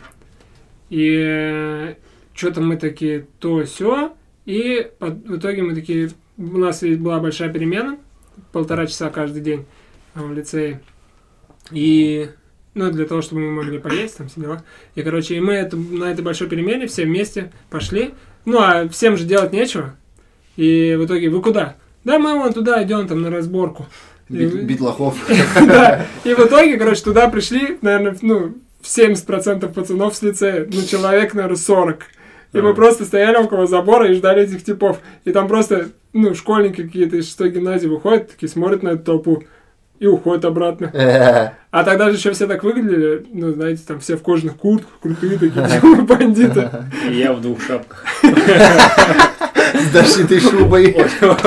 И что-то мы такие то-сё. И в итоге мы такие... У нас была большая перемена, 1,5 часа каждый день в лицее. И... Ну, для того, чтобы мы могли поесть, там все дела. И, короче, мы на этой большой перемене все вместе пошли. Ну, а всем же делать нечего. И в итоге, вы куда? Да, мы вон туда идем, там, на разборку. Бить лохов. Да. И в итоге, короче, туда пришли, наверное, 70% пацанов с лицея. Ну, человек, наверное, 40. И мы просто стояли около забора и ждали этих типов. И там просто, школьники какие-то из 6-й гимназии выходят, такие смотрят на эту толпу и уходят обратно. А тогда же еще все так выглядели, знаете, там все в кожаных куртках, крутые такие бандиты. И я в 2 шапках. С дошитой шубой.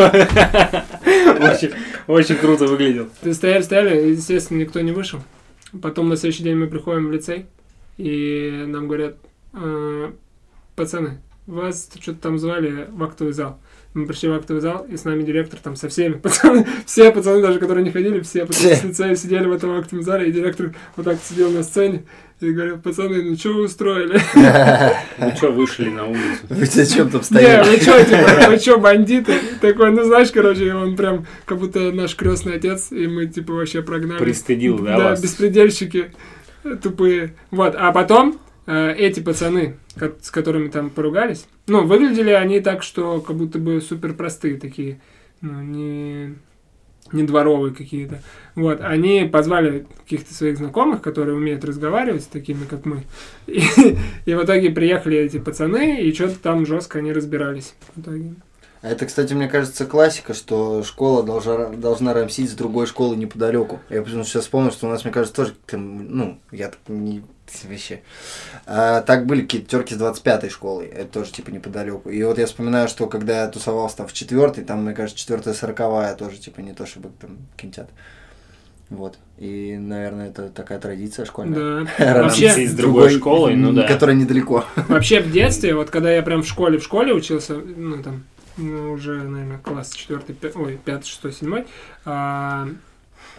Очень круто выглядел. Стояли, естественно, никто не вышел. Потом на следующий день мы приходим в лицей, и нам говорят... Пацаны, вас что-то там звали в актовый зал. Мы пришли в актовый зал, и с нами директор там со всеми пацаны, все пацаны, даже которые не ходили, все пацаны с лицея сидели в этом актовом зале, и директор вот так сидел на сцене и говорил: пацаны, что вы устроили? Вы что, вышли на улицу? Вы зачем там стояли? Не, вы что, бандиты? Такой, знаешь, короче, он прям как будто наш крестный отец, и мы типа вообще прогнали. Пристыдил, да, Да, вас? беспредельщики тупые. Вот, а потом... Эти пацаны, с которыми там поругались, выглядели они так, что как будто бы супер простые такие, не дворовые какие-то. Вот, они позвали каких-то своих знакомых, которые умеют разговаривать с такими, как мы. И в итоге приехали эти пацаны, и что-то там жестко они разбирались в итоге. А это, кстати, мне кажется, классика, что школа должна рамсить с другой школы неподалеку. Я почему-то сейчас вспомнил, что у нас, мне кажется, тоже, я так не... Вообще. Так были какие-то терки с 25-й школой, это тоже типа неподалеку. И вот я вспоминаю, что когда я тусовался там в 4-й, там, мне кажется, 4-я 40-я тоже типа не то, чтобы там кинтят. Вот. И, наверное, это такая традиция школьная. Да. Вообще с другой школой, которая недалеко. Вообще в детстве, вот когда я прям в школе учился, уже, наверное, класс 4, 5, 6, 7,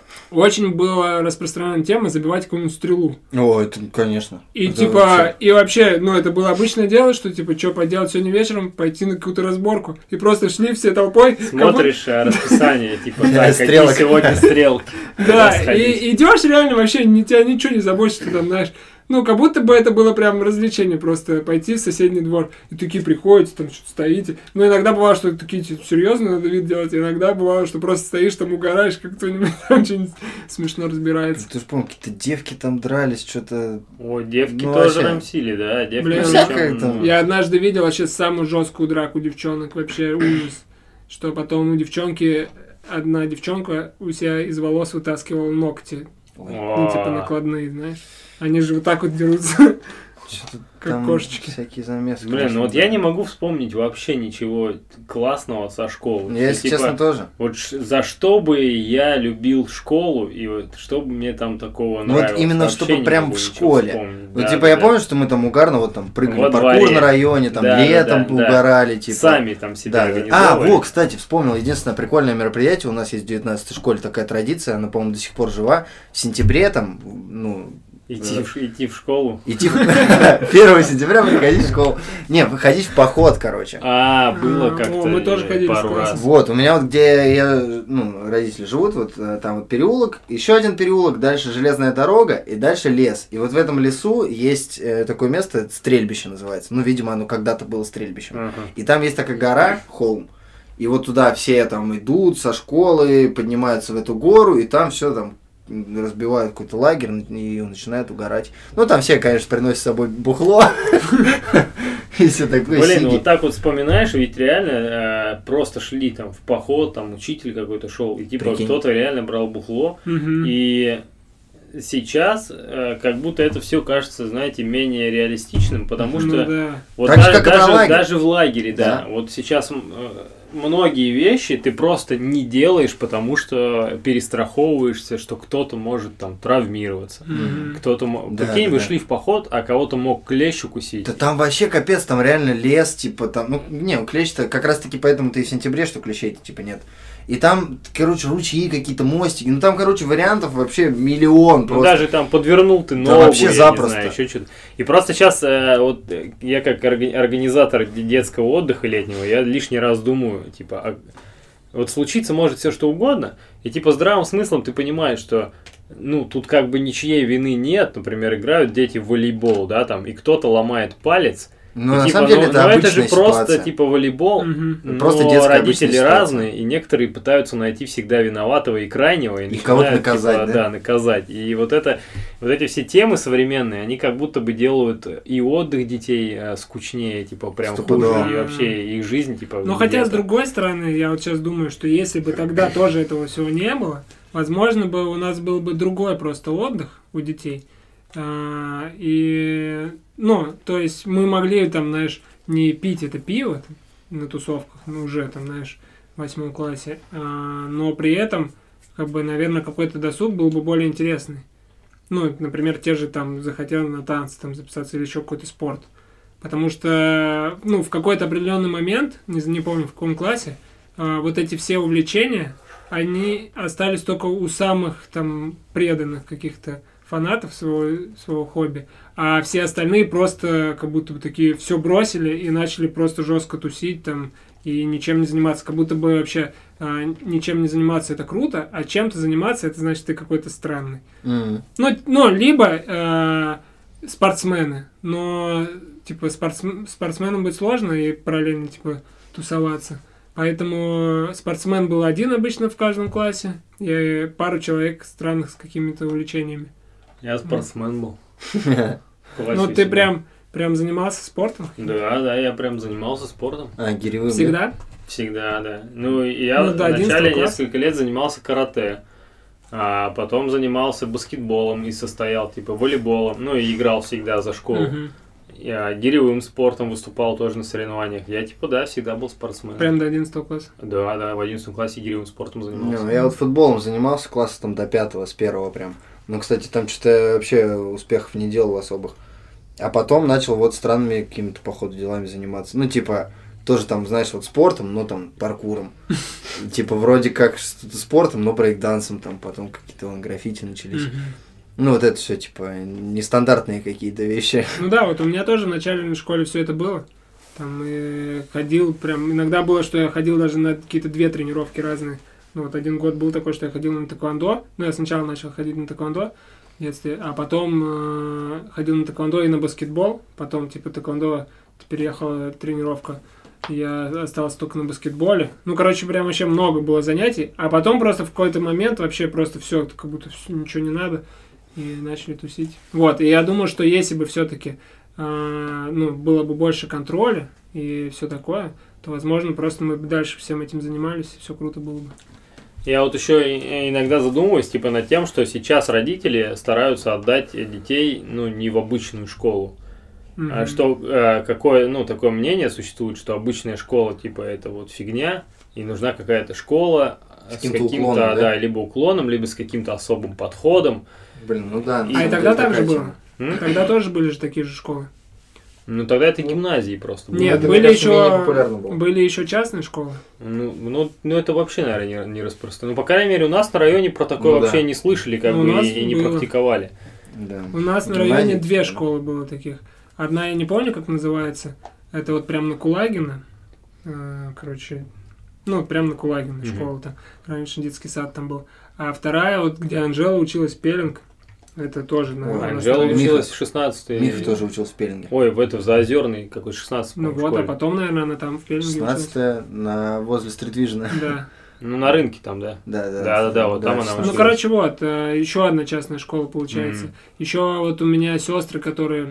очень была распространена тема забивать какую-нибудь стрелу. О, это, конечно. И это типа, вообще... и вообще, ну, это было обычное дело, что, типа, что поделать сегодня вечером, пойти на какую-то разборку. И просто шли все толпой. Смотришь расписание, типа, так, какие Стрелок. сегодня стрелки. Да, Куда сходить. и идешь реально вообще, тебя ничего не заботит, что там, знаешь, ну, как будто бы это было прям развлечение просто пойти в соседний двор. И такие приходите, там что-то стоите. Ну, иногда бывало, что такие типа, серьезно надо вид делать. Иногда бывало, что просто стоишь там, угораешь, как кто-нибудь там что-нибудь смешно разбирается. Ты же помню, какие-то девки там дрались, что-то... О, девки Ну, тоже вообще. рамсили, да. Девки Блин, причем, всякое там. Я однажды видел вообще самую жесткую драку девчонок. Вообще ужас. Что потом у девчонки, одна девчонка у себя из волос вытаскивала ногти. Ну, типа накладные, знаешь. Они же вот так вот дерутся. Что-то Как там кошечки. всякие замесы. Блин, конечно, ну вот да. я не могу вспомнить вообще ничего классного со школы. Я, если Типа, честно, тоже. вот за что бы я любил школу, и вот что бы мне там такого Ну, вот нравилось. именно вообще чтобы не прям могу в ничего школе. вспомнить. Вот, Да, типа, да, я да. помню, что мы там угарно вот там прыгали Во паркур дворе. на районе, там Да, да, летом да, да. угорали, типа. Сами там себя Да. организовывали. Во, кстати, вспомнил, единственное прикольное мероприятие, у нас есть в 19-й школе такая традиция, она, по-моему, до сих пор жива. В сентябре там, ну... Идти в школу. Идти 1 сентября приходить в школу. Не, выходить в поход, короче. Было О, как-то мы тоже ходили с пару классом. раз. Вот, у меня вот где я, ну, родители живут, вот там вот переулок, еще один переулок, дальше железная дорога и дальше лес. И вот в этом лесу есть такое место, это стрельбище называется. Ну, видимо, оно когда-то было стрельбищем. Ага. И там есть такая гора, холм. И вот туда все там идут со школы, поднимаются в эту гору, и там все там разбивают какой-то лагерь и начинают угорать. Ну, там все, конечно, приносят с собой бухло. И все такое. Блин, ну вот так вот вспоминаешь, ведь реально просто шли там в поход, там учитель какой-то шел, и типа Прикинь. кто-то реально брал бухло, Мгм. и сейчас как будто это все кажется, знаете, менее реалистичным, потому Ну что да. вот Так же, как и на лагере. даже в лагере, да, Да. вот сейчас многие вещи ты просто не делаешь, потому что перестраховываешься, что кто-то может там травмироваться. Мгм. Кто-то Да, прикинь, да, вы да. шли в поход, а кого-то мог клещ укусить. Да там вообще капец, там реально лес, типа там, ну, не, клещ-то как раз таки поэтому-то и в сентябре, что клещей-то типа нет. И там, короче, ручьи какие-то, мостики, ну там, короче, вариантов вообще миллион Ну, просто. даже там подвернул ты Да ногу, вообще я запросто. не знаю, еще что-то. И просто сейчас, я как организатор детского отдыха летнего, я лишний раз думаю, типа, вот случиться может все что угодно, и типа здравым смыслом ты понимаешь, что, ну, тут как бы ничьей вины нет, например, играют дети в волейбол, да, там, и кто-то ломает палец, Ну, и, на типа, самом деле, это это обычная же просто, ситуация. типа, волейбол, Мгм. но Просто детская обычная родители ситуация. разные, и некоторые пытаются найти всегда виноватого и крайнего, И кого-то начинают, наказать, типа, да? наказать. И вот эти все темы современные, они как будто бы делают и отдых детей скучнее, типа, прям Стопудово. хуже, и вообще их жизнь, типа... Ну, хотя, с где-то. другой стороны, я вот сейчас думаю, что если бы тогда тоже этого всего не было, возможно бы у нас был бы другой просто отдых у детей. И, ну, то есть мы могли там, знаешь, не пить это пиво там, на тусовках, ну, уже там, знаешь, в 8 классе, но при этом, как бы, наверное, какой-то досуг был бы более интересный. Ну, например, те же там захотели на танцы там записаться или еще какой-то спорт. Потому что, ну, в какой-то определенный момент, не помню в каком классе, вот эти все увлечения, они остались только у самых там преданных каких-то фанатов своего хобби, а все остальные просто как будто бы такие все бросили и начали просто жестко тусить там и ничем не заниматься. Как будто бы вообще ничем не заниматься это круто, а чем-то заниматься это значит ты какой-то странный. Мгм. Ну, либо спортсмены, но типа спортсменом быть сложно и параллельно типа тусоваться. Поэтому спортсмен был один обычно в каждом классе и пару человек странных с какими-то увлечениями. Я спортсмен был. Ну, ты прям занимался спортом? Да, я прям занимался спортом. Гиревым. Всегда? Всегда, да. Ну, и я Ну, до 11 вначале класса. несколько лет занимался карате, а потом занимался баскетболом и состоял, типа, волейболом, ну, и играл всегда за школу. Мгм. Я гиревым спортом выступал тоже на соревнованиях. Я, типа, да, всегда был спортсменом. Прям до 11 класса? Да, в 11 классе гиревым спортом занимался. Не, я вот футболом занимался класса там до 5-го, с 1-го прям. Ну, кстати, там что-то вообще успехов не делал особых. А потом начал вот странными какими-то, походу, делами заниматься. Ну, типа, тоже там, знаешь, вот спортом, но там паркуром. типа, вроде как что-то спортом, но брейк-дансом, там, потом какие-то вон граффити начались. Ну, вот это все, типа, нестандартные какие-то вещи. Ну да, вот у меня тоже в начальной школе все это было. Там и ходил прям... Иногда было, что я ходил даже на какие-то 2 тренировки разные. Ну, вот один год был такой, что я ходил на тэквондо. Ну, я сначала начал ходить на тэквондо в детстве, а потом ходил на тэквондо и на баскетбол. Потом, типа, тэквондо переехала тренировка. Я остался только на баскетболе. Ну, короче, прям вообще много было занятий. А потом просто в какой-то момент вообще просто все, как будто ничего не надо. И начали тусить. Вот, и я думаю, что если бы все-таки ну, было бы больше контроля и все такое, то, возможно, просто мы бы дальше всем этим занимались, и все круто было бы. Я вот еще иногда задумываюсь, типа, над тем, что сейчас родители стараются отдать детей, ну, не в обычную школу. Что, какое, ну, такое мнение существует, что обычная школа, типа, это вот фигня, и нужна какая-то школа с каким-то уклоном, да? либо уклоном, либо с каким-то особым подходом. Блин, ну да. А и тогда так же было? Тогда тоже были же такие же школы? Ну, тогда это гимназии просто были. Нет, это, были мне кажется, менее популярно еще, было. были еще частные школы. Ну, это вообще, наверное, не распространено. Ну, по крайней мере, у нас на районе про такое Ну, вообще да. не слышали, как Ну, у бы, нас и не было. практиковали. Да. У нас на Гимназии, районе 2 да. школы было таких. Одна я не помню, как называется. Это вот прям на Кулагина. Короче, ну, прям на Кулагина школа там. Раньше детский сад там был. А вторая, вот где Анжела училась, Пелинг. Это тоже, наверное, Анжела Миха. училась в 16-й. Миха тоже учился в Пелинге. Ой, в Заозерный, какой 16 Ну вот, а потом, наверное, она там в Пелинге училась. 16-е возле Стритвижена. Да. Ну, на рынке там, да. Да, вот там она Ну, училась. короче, вот, еще одна частная школа получается. Еще вот у меня сестры, которые,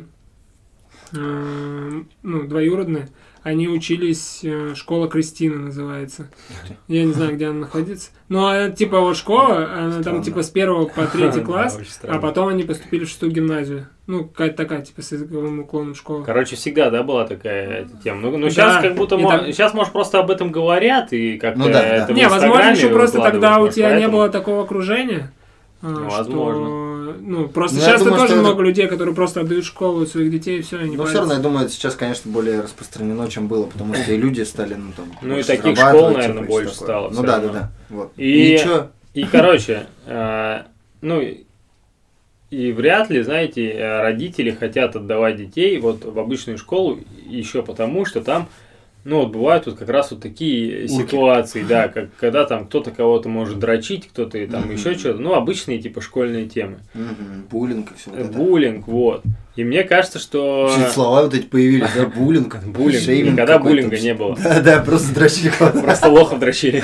ну, двоюродные, они учились, школа Кристина называется. Я не знаю, где она находится. Ну, типа вот школа, она там типа с 1 по 3 класс, а потом они поступили в 6-ю гимназию. Ну, какая-то такая, типа, с языковым уклоном школа. Короче, всегда, да, была такая эта тема. Ну, сейчас как будто... Сейчас, может, просто об этом говорят и как-то Ну да, да. это в Не, возможно, Инстаграме еще просто тогда у выкладывают, тебя не поэтому- было такого окружения. Возможно. Что, ну, просто Ну, я сейчас думаю, тоже что много людей, которые просто отдают школу своих детей, и все, они Но все равно, я думаю, это сейчас, конечно, более распространено, чем было, потому что и люди стали, ну, там, Ну, и больше таких зарабатывать, школ, типа, наверное, и больше всё такое. стало Ну, всё да, равно. да. Вот. И чё? И, короче, ну, и вряд ли, знаете, родители хотят отдавать детей вот в обычную школу еще потому, что там, ну, вот бывают вот как раз вот такие ситуации, да, как, когда там кто-то кого-то может дрочить, кто-то там еще что-то, ну, обычные типа школьные темы. Буллинг и все вот это. Буллинг, вот. И мне кажется, что... Все слова вот эти появились, да, буллинг. Буллинг, шейминг никогда какой-то буллинга вообще. не было. Да, просто дрочили кого-то. Просто лохов дрочили.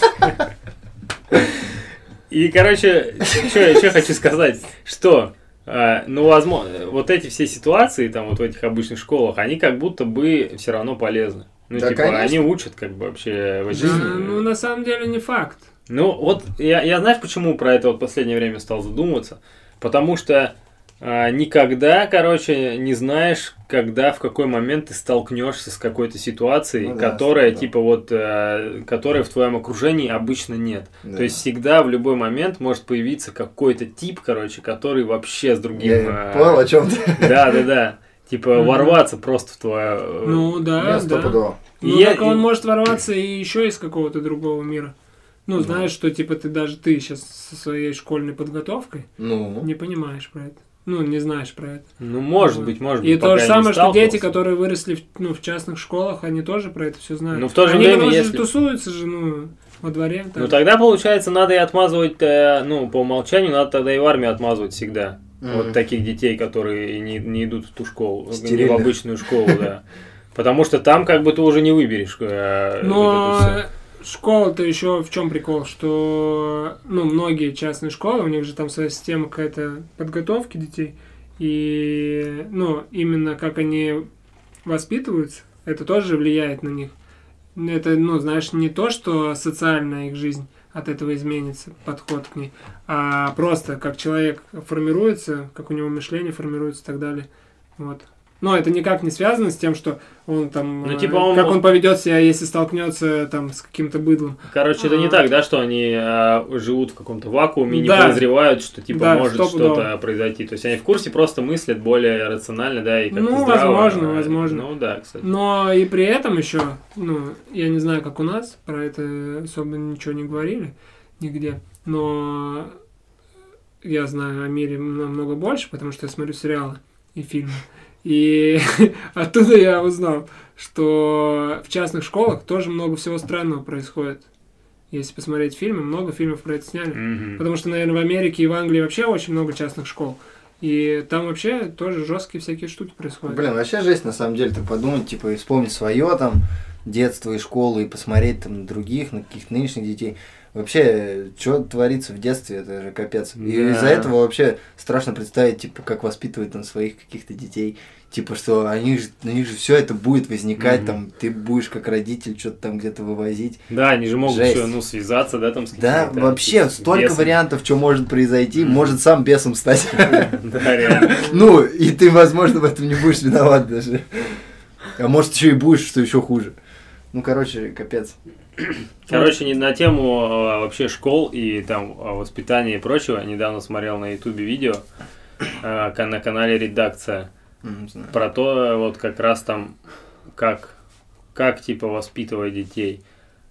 И, короче, что я еще хочу сказать, что, ну, возможно, вот эти все ситуации, там, вот в этих обычных школах, они как будто бы все равно полезны. Ну, Да, типа, конечно. они учат, как бы, вообще в Да, жизни. ну, на самом деле, не факт. Ну, вот, я знаешь, почему про это вот в последнее время стал задумываться? Потому что никогда, короче, не знаешь, когда, в какой момент ты столкнешься с какой-то ситуацией, Ну да, которая, да. типа, вот, которой в твоем окружении обычно нет. Да. То есть всегда в любой момент может появиться какой-то тип, короче, который вообще с другим... Я понял, о чем ты. Да. Типа, ворваться просто в твое... Ну, да, Я да. стопудово. Ну, Я- так он может ворваться и еще из какого-то другого мира. Ну, знаешь, что, типа, ты сейчас со своей школьной подготовкой Ну, не понимаешь про это. Ну, не знаешь про это. Ну, может быть, И пока то же я не самое, что дети, сталкивался. которые выросли в частных школах, они тоже про это все знают. Ну, в то же они время, потому что если- тусуются же, во дворе. Ну, тогда, получается, надо и отмазывать, ну, по умолчанию, надо тогда и в армию отмазывать всегда. Вот таких детей, которые не идут в ту школу, не в Стерильных. обычную школу, да. Потому что там как бы ты уже не выберешь. вот это Но всё. школа-то еще в чем прикол, что, ну, многие частные школы, у них же там своя система какая-то подготовки детей, и, ну, именно как они воспитываются, это тоже влияет на них. Это, ну, знаешь, не то, что социальная их жизнь от этого изменится, подход к ней, а просто как человек формируется, как у него мышление формируется и так далее. Вот. Но это никак не связано с тем, что он там, Ну, типа он как мог- он поведет себя, если столкнется там с каким-то быдлом. Короче, это не так, да, что они живут в каком-то вакууме и не Да. подозревают, что типа Да, может стопудово. что-то произойти. То есть они в курсе, просто мыслят более рационально, да, и как-то Ну, здраво. возможно. Ну да, кстати. Но и при этом еще, ну, я не знаю, как у нас, про это особо ничего не говорили нигде, но я знаю о мире намного больше, потому что я смотрю сериалы и фильмы. И оттуда я узнал, что в частных школах тоже много всего странного происходит. Если посмотреть фильмы, много фильмов про это сняли. Мгм. Потому что, наверное, в Америке и в Англии вообще очень много частных школ. И там вообще тоже жесткие всякие штуки происходят. Блин, вообще жесть, на самом деле, ты подумать, типа, и вспомнить свое там детство и школу, и посмотреть там на других, на каких-то нынешних детей. Вообще, что творится в детстве, это же капец. И Да. из-за этого вообще страшно представить, типа, как воспитывает он своих каких-то детей. Типа, что на них же все это будет возникать, Мгм. там, ты будешь как родитель что-то там где-то вывозить. Да, они же могут Жесть. еще, ну, связаться, да, там с Да, какими-то вообще, с столько бесом. вариантов, что может произойти, может сам бесом стать. Да, реально. Ну, и ты, возможно, в этом не будешь виноват даже. А может, еще и будешь, что еще хуже. Ну, короче, капец. Короче, не на тему вообще школ и там воспитания и прочего. Я недавно смотрел на ютубе видео на канале «Редакция» Не знаю. про то, вот как раз там, как типа воспитывать детей.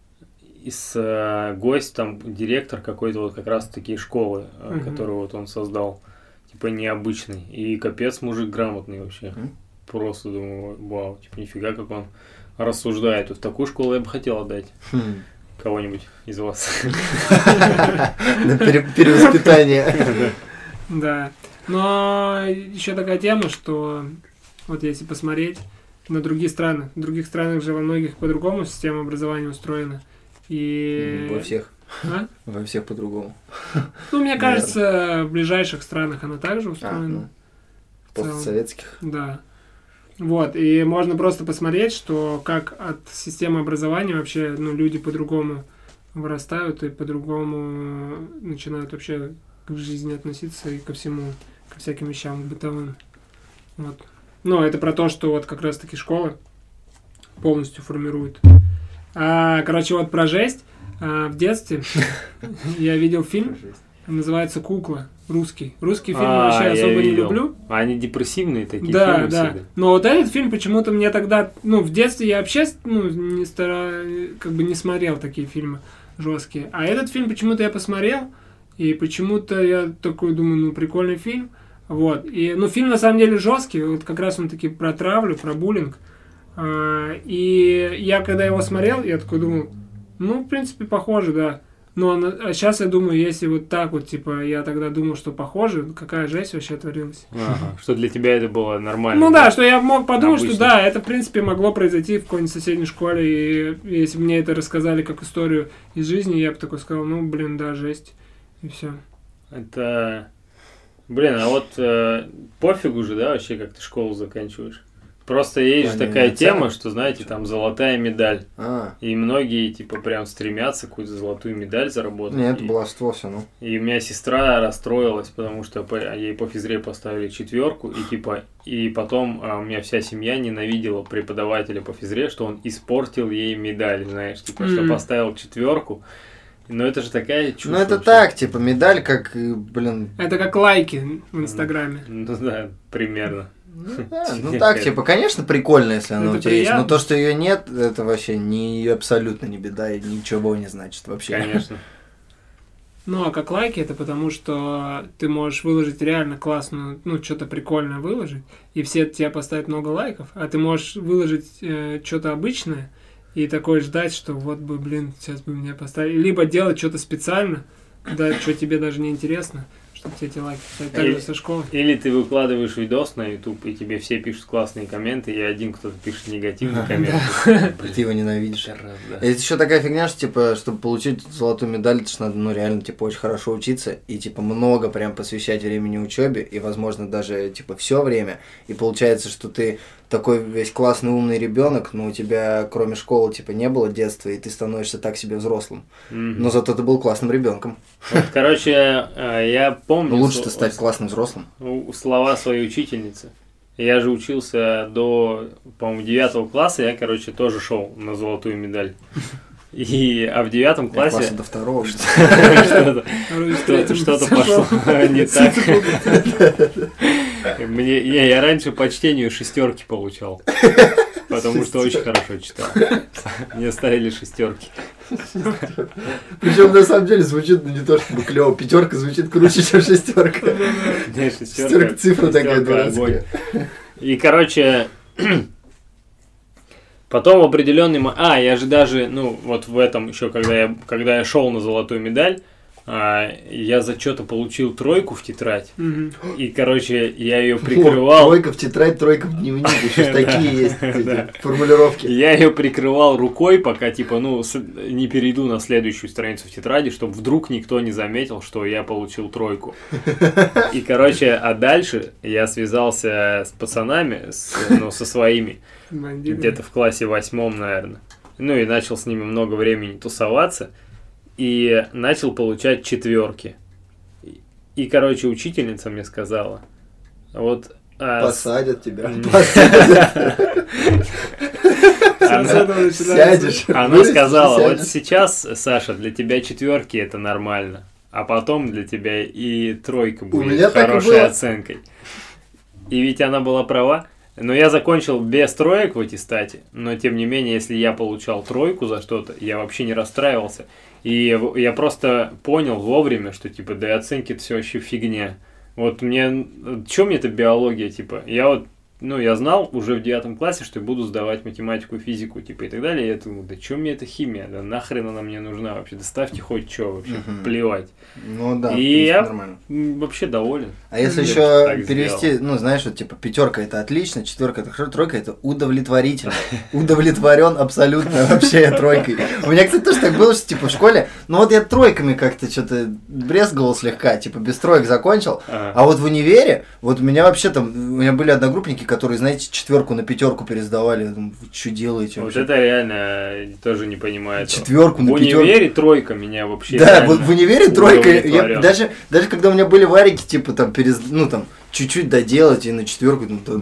Гость, там, директор какой-то вот как раз таки школы, Мгм. которую вот он создал. Типа необычный. И капец, мужик грамотный вообще. Мгм. Просто думаю, вау, типа нифига, как он рассуждает. Вот в такую школу я бы хотел отдать Хм. кого-нибудь из вас. На перевоспитание. Да. Но еще такая тема, что вот если посмотреть на другие страны, в других странах же во многих по-другому система образования устроена. И... Во всех. А? Во всех по-другому. Ну, мне кажется, в ближайших странах она также устроена. Ну, В целом. постсоветских. Да. Вот, и можно просто посмотреть, что как от системы образования вообще, ну, люди по-другому вырастают и по-другому начинают вообще к жизни относиться и ко всему, ко всяким вещам бытовым. Вот. Ну, это про то, что вот как раз-таки школа полностью формирует. Короче, вот про жесть. В детстве я видел фильм, называется «Кукла», русский. Русский фильм вообще я особо не видел. люблю. Они депрессивные такие Да, фильмы да. всегда. Но вот этот фильм почему-то мне тогда, ну, в детстве я вообще, ну, как бы не смотрел такие фильмы жесткие. А этот фильм почему-то я посмотрел, и почему-то я такой думаю, ну, прикольный фильм. Вот. И, ну, фильм на самом деле жесткий, вот как раз он таки про травлю, про буллинг. И я когда его смотрел, я такой думал, ну, в принципе, похоже, да. Но сейчас я думаю, если вот так вот, типа, я тогда думал, что похоже, какая жесть вообще творилась. Ага, что для тебя это было нормально. Ну да, что я мог подумать, Обычно. что да, это, в принципе, могло произойти в какой-нибудь соседней школе, и если бы мне это рассказали как историю из жизни, я бы такой сказал, ну, блин, да, жесть, и все. Это... Блин, а вот пофигу же, да, вообще, как ты школу заканчиваешь. Просто есть же Плане такая оценок? тема, что, знаете, там золотая медаль. А, И многие, типа, прям стремятся какую-то золотую медаль заработать. нет, И- баловство все, ну. И у меня сестра расстроилась, потому что ей по физре поставили 4, и типа, и потом у меня вся семья ненавидела преподавателя по физре, что он испортил ей медаль, знаешь, типа, что поставил 4. Но это же такая чушь. Ну, это вообще. так, типа, медаль, как, блин, Это как лайки в Инстаграме. Ну да, примерно. ну так, типа, конечно, прикольно, если она Это у тебя есть, но приятно. то, что ее нет, это вообще абсолютно не беда и ничего не значит вообще. Конечно. Ну, а как лайки, это потому, что ты можешь выложить реально классную, ну, что-то прикольное выложить, и все тебе поставят много лайков, а ты можешь выложить что-то обычное, и такое ждать, что вот бы, блин, сейчас бы меня поставили. Либо делать что-то специально, да, что тебе даже не интересно, чтобы тебе эти лайки поставить. Так же со школы. Или ты выкладываешь видос на YouTube, и тебе все пишут классные комменты, и один кто-то пишет негативный коммент. Ты его ненавидишь. Да. Есть еще такая фигня, что, типа, чтобы получить золотую медаль, это ж надо, ну, реально, типа, очень хорошо учиться и, типа, много прям посвящать времени учебе, и, возможно, даже, типа, все время. И получается, что ты такой весь классный, умный ребенок, но у тебя, кроме школы, типа, не было детства, и ты становишься так себе взрослым. Мгм. Но зато ты был классным ребенком. Вот, короче, я помню Лучше-то стать классным взрослым. слова своей учительницы. Я же учился до, по-моему, 9 класса, я, короче, тоже шел на золотую медаль. А в 9 классе... Класса до 2-го. Что-то пошло не так. Я раньше по чтению 6 получал. Потому что очень хорошо читал. Мне ставили 6. Причем на самом деле звучит не то чтобы клево. 5 звучит круче, чем 6. Не, 6 цифра такая дурацкая. И, короче, потом в определенный... я же даже, вот в этом еще, когда я шел на золотую медаль, я за что-то получил 3 в тетрадь. И, короче, я ее прикрывал. 3 в тетрадь, 3 в дневник. Еще такие есть формулировки. Я ее прикрывал рукой, пока, не перейду на следующую страницу в тетради, чтобы вдруг никто не заметил, что я получил 3. И, короче, а дальше я связался с пацанами, со своими, где-то в классе 8, наверное. И начал с ними много времени тусоваться. И начал получать 4. И, короче, учительница мне сказала, вот... Посадят тебя. Сядешь. Она сказала, вот сейчас, Саша, для тебя 4 это нормально, а потом для тебя и 3 будет хорошей оценкой. И ведь она была права. Но я закончил без 3 в аттестате, но тем не менее, если я получал 3 за что-то, я вообще не расстраивался. И я просто понял вовремя, что, да и оценки это все вообще фигня. Вот что мне эта биология, я знал уже в 9 классе, что я буду сдавать математику, физику, и так далее. И я думал, да что мне эта химия, да нахрен она мне нужна вообще, да ставьте хоть что вообще, плевать. Ну да, и я нормально. Вообще доволен. А если еще перевести, знаешь, вот 5 это отлично, 4 это хорошо, 3 это удовлетворительно. Удовлетворен абсолютно вообще я 3. У меня, кстати, тоже так было, что в школе, я 3 как-то что-то брезговал слегка, без 3 закончил, а вот в универе, вот у меня вообще у меня были одногруппники, которые, знаете, 4 на 5 пересдавали. Я думаю, вы что делаете вообще? Вот это реально тоже не понимаю. 4 на 5. В универе 3 меня вообще... Да, в универе 3. Даже когда у меня были варики, чуть-чуть доделать и на 4.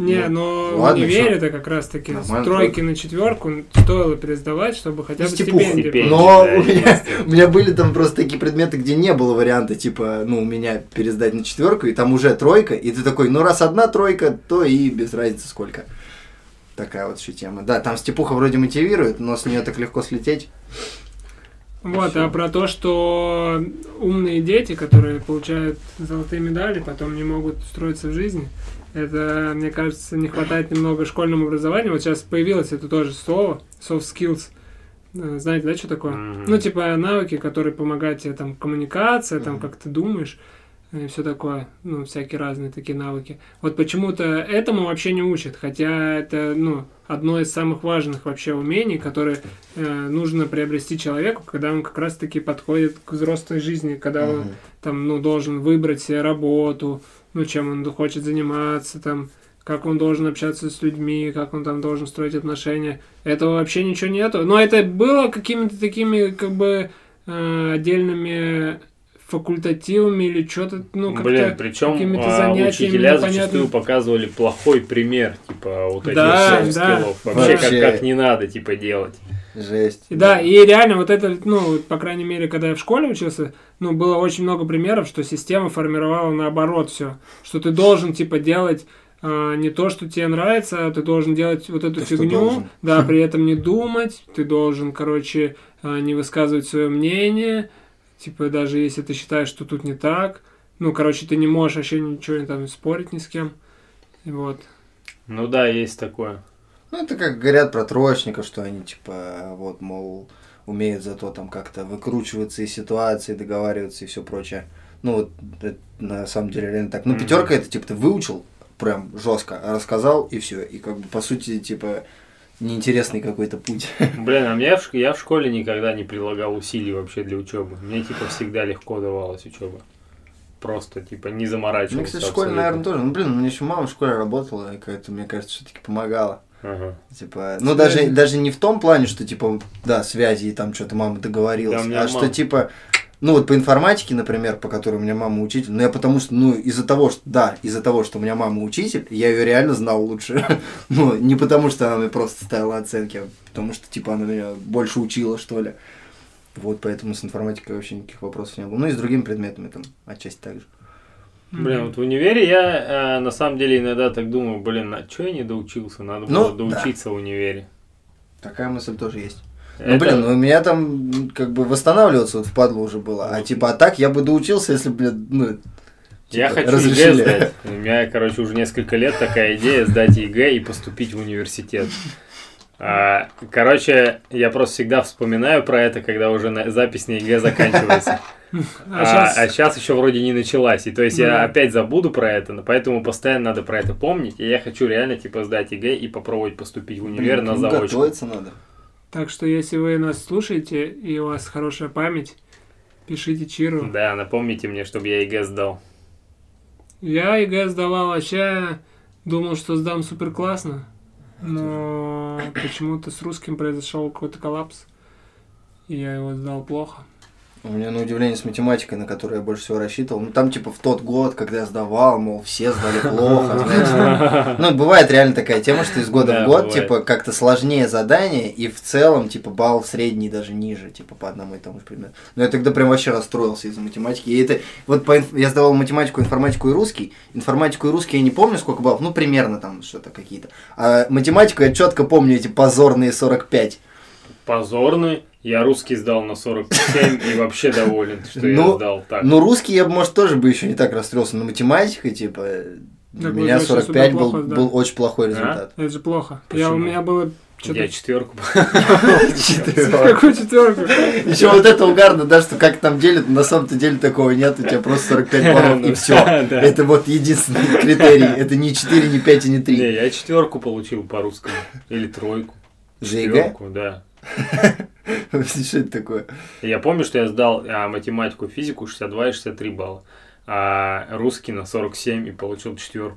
В универе это как раз таки с 3 на 4 стоило пересдавать, чтобы хотя бы стипендию. Но у меня были там просто такие предметы, где не было варианта, у меня пересдать на 4, и там уже 3, и ты такой, раз 1 3, то и без разницы сколько. Такая вот еще тема. Да, там стипуха вроде мотивирует, но с нее так легко слететь. Вот, а про то, что умные дети, которые получают золотые медали, потом не могут устроиться в жизни, это, мне кажется, не хватает немного школьному образованию. Вот сейчас появилось это тоже слово, soft skills. Знаете, да, что такое? Навыки, которые помогают тебе, коммуникация, как ты думаешь, и все такое, всякие разные такие навыки. Вот почему-то этому вообще не учат, хотя это, одно из самых важных вообще умений, которые нужно приобрести человеку, когда он как раз-таки подходит к взрослой жизни, когда он должен выбрать себе работу, чем он хочет заниматься, как он должен общаться с людьми, как он должен строить отношения. Этого вообще ничего нету. Но это было какими-то такими, отдельными факультативами или что-то, причем учителя зачастую показывали плохой пример, этих скиллов. Вообще, как не надо, делать. Жесть. Да, и реально вот это, по крайней мере, когда я в школе учился, было очень много примеров, что система формировала наоборот все, что ты должен, делать не то, что тебе нравится, а ты должен делать вот эту фигню, да, при этом не думать, ты должен, не высказывать свое мнение, даже если ты считаешь, что тут не так, ты не можешь вообще ничего спорить ни с кем, вот. Да, есть такое. Это как говорят про троечников, что они, мол, умеют зато как-то выкручиваться из ситуации, договариваться и все прочее. Это на самом деле реально так. 5 это, ты выучил прям жестко, рассказал и все. И по сути, неинтересный какой-то путь. Я в школе никогда не прилагал усилий вообще для учебы. Мне всегда легко давалась учеба. Просто не заморачивался. Мне, кстати, в школе, наверное, тоже. Мне еще мама в школе работала, и как-то, мне кажется, все-таки помогала. Даже не в том плане, что связи и там что-то мама договорилась, что Ну, вот по информатике, например, по которой у меня мама учитель, ну, я потому что, ну, из-за того, что у меня мама учитель, я ее реально знал лучше. Ну, не потому что она мне просто ставила оценки, а потому что, типа, она меня больше учила, что ли. Вот, поэтому с информатикой вообще никаких вопросов не было. Ну, и с другими предметами там отчасти так же. Блин, вот в универе я на самом деле иногда так думаю, блин, а что я не доучился? Надо было доучиться в универе. Такая мысль тоже есть. Ну, блин, у меня там как бы восстанавливаться вот впадло уже было. А типа, а так я бы доучился, если, блин, ну, типа, я хочу ЕГЭ сдать. У меня, короче, уже несколько лет такая идея сдать ЕГЭ и поступить в университет. Короче, я просто всегда вспоминаю про это, когда уже запись на ЕГЭ заканчивается. А сейчас еще вроде не началась. И то есть я опять забуду про это, но поэтому постоянно надо про это помнить. И я хочу реально типа сдать ЕГЭ и попробовать поступить в универ на заочку. Готовиться надо. Так что если вы нас слушаете и у вас хорошая память, пишите Чиру. Да, напомните мне, чтобы я ЕГЭ сдал. Я ЕГЭ сдавал вообще, думал, что сдам супер классно. Но почему-то с русским произошел какой-то коллапс, и я его сдал плохо. У меня, на удивление, с математикой, на которую я больше всего рассчитывал, ну, там, типа, в тот год, когда я сдавал, мол, все сдали плохо, знаешь. Ну, бывает реально такая тема, что из года в год, типа, как-то сложнее задание, и в целом, типа, балл средний даже ниже, типа, по одному и тому же предмету. Но я тогда прям вообще расстроился из-за математики. И это, вот, я сдавал математику, информатику и русский. Информатику и русский я не помню, сколько баллов, ну, примерно там что-то какие-то. А математику я четко помню эти позорные 45. Позорный? Я русский сдал на 47 и вообще доволен, что я сдал так. Ну, русский я бы, может, тоже бы еще не так расстроился, но математика, типа, у меня 45 был очень плохой результат. Это же плохо. У меня было... Я 4. Какую 4? Еще вот это угарно, да, что как там делят, на самом-то деле такого нет, у тебя просто 45 баллов и все. Это вот единственный критерий, это не 4, не 5 и не 3. Не, я 4 получил по русскому, или 3. За ЕГЭ? Да. Что это такое? Я помню, что я сдал математику и физику 62 и 63 балла, а русский на 47 и получил 4.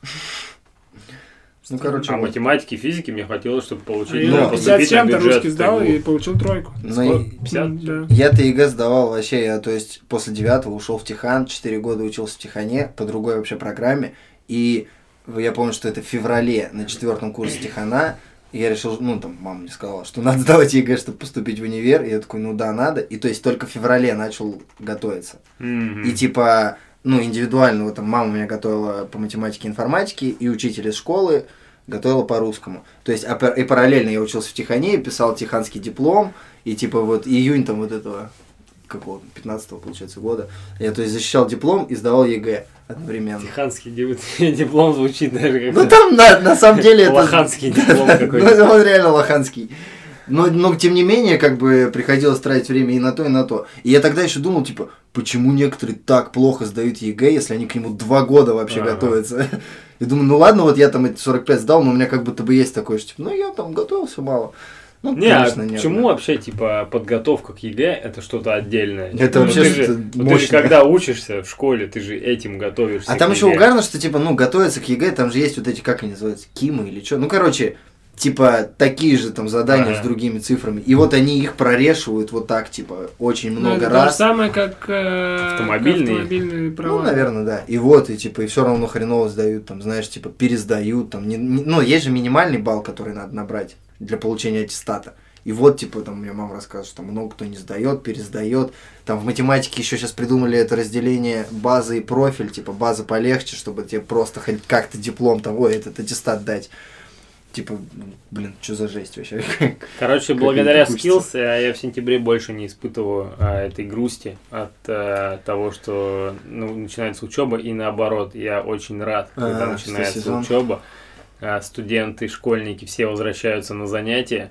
Ну, короче, а математики и физики мне хватило, чтобы получить... Я 50 с чем-то русский сдал и получил 3. Ну, 50? Да. Я-то ЕГЭ сдавал вообще, я, то есть, после 9-го ушел в Техан, 4 года учился в Техане, по другой вообще программе, и я помню, что это в феврале на 4-м курсе Техана, я решил, ну, там, мама мне сказала, что надо сдавать ЕГЭ, чтобы поступить в универ, и я такой, ну да, надо, и то есть только в феврале начал готовиться. И типа... Ну, индивидуально, вот там мама меня готовила по математике и информатике, и учитель из школы готовила по русскому. То есть, и параллельно я учился в Техане, писал теханский диплом, и типа вот июнь там вот этого, какого, 15-го, получается, года, я, то есть, защищал диплом и сдавал ЕГЭ одновременно. Теханский диплом звучит даже как... Ну, там на самом деле это... Лоханский диплом какой-то. Ну, он реально лоханский. Но, тем не менее, как бы, приходилось тратить время и на то, и на то. И я тогда еще думал, типа, почему некоторые так плохо сдают ЕГЭ, если они к нему 2 года вообще готовятся. И думаю, ну ладно, вот я там эти 45 сдал, но у меня как будто бы есть такое, что, типа, ну я там готовился мало. Ну, не, конечно, нет. Почему вообще, типа, подготовка к ЕГЭ это что-то отдельное? Это вообще что-то мощное. Ты же когда учишься в школе, ты же этим готовишься. А там еще угарно, что, типа, ну, готовиться к ЕГЭ, там же есть вот эти, как они называются, КИМы или что. Ну, короче, типа, такие же там задания с другими цифрами. И вот они их прорешивают вот так, типа, очень много раз. То же самое, как автомобильные права. Ну, наверное, да. И вот, и типа, и все равно хреново сдают, там, знаешь, типа, пересдают, там, ну, есть же минимальный балл, который надо набрать для получения аттестата. И вот, типа, там, мне мама рассказывает, что много кто не сдает, пересдает. Там в математике еще сейчас придумали это разделение базы и профиль, типа, база полегче, чтобы тебе просто хоть как-то диплом, там, ой, этот аттестат дать. Типа, блин, что за жесть вообще? Короче, благодаря Skills я в сентябре больше не испытываю этой грусти от того, что начинается учеба, и наоборот, я очень рад, когда начинается учеба. Студенты, школьники, все возвращаются на занятия,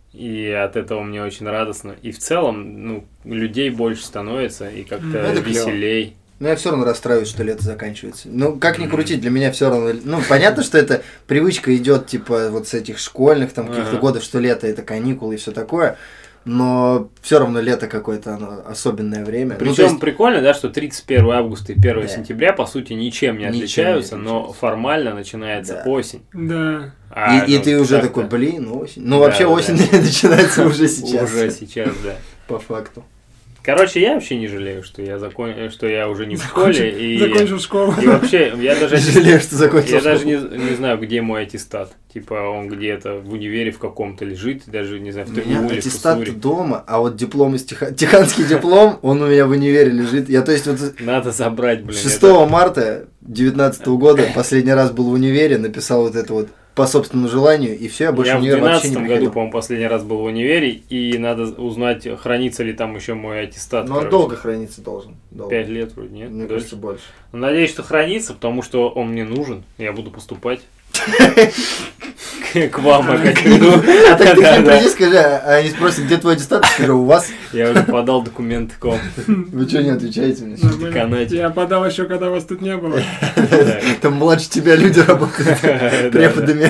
и от этого мне очень радостно. И в целом, людей больше становится, и как-то веселей. Но я все равно расстраиваюсь, что лето заканчивается. Ну, как ни крутить, для меня все равно... Ну, понятно, что эта привычка идет, типа, вот с этих школьных, там, каких-то годов, что лето это каникулы и все такое. Но все равно лето какое-то, оно особенное время. Причем прикольно, да, что 31 августа и 1 сентября, по сути, ничем не отличаются, но формально начинается осень. Да. И ты уже такой, блин, осень. Ну, вообще осень начинается уже сейчас. Уже сейчас, да. По факту. Короче, я вообще не жалею, что я уже не в школе. И Закончил школу. И вообще, я даже Жалею, что закончил я даже школу. не знаю, где мой аттестат. Типа, он где-то в универе в каком-то лежит, даже, не знаю, в У меня Тагуле, в аттестат Кусуре. дома, а вот диплом из Тиханский диплом, он у меня в универе лежит. Я, то есть, вот Надо забрать, блин. 6 марта 2019 года последний раз был в универе, написал вот это вот по собственному желанию, и все, я больше Я в в универ вообще 2012 не году, приходил. по-моему, последний раз был в универе, и надо узнать, хранится ли там еще мой аттестат. Но он короче. долго храниться должен. Долго. 5 лет вроде, нет? Мне Дольше? кажется, больше. Надеюсь, что хранится, потому что он мне нужен, я буду поступать. К вам, я как иду. А так ты к ним Да-да. приди, скажи, а они спросят, где твой аттестат? Скажу, у вас. Я уже подал документы к вам. Вы что не отвечаете мне? Нормально. Канаде. Я подал еще, когда вас тут не было. Там младше тебя люди работают преподами.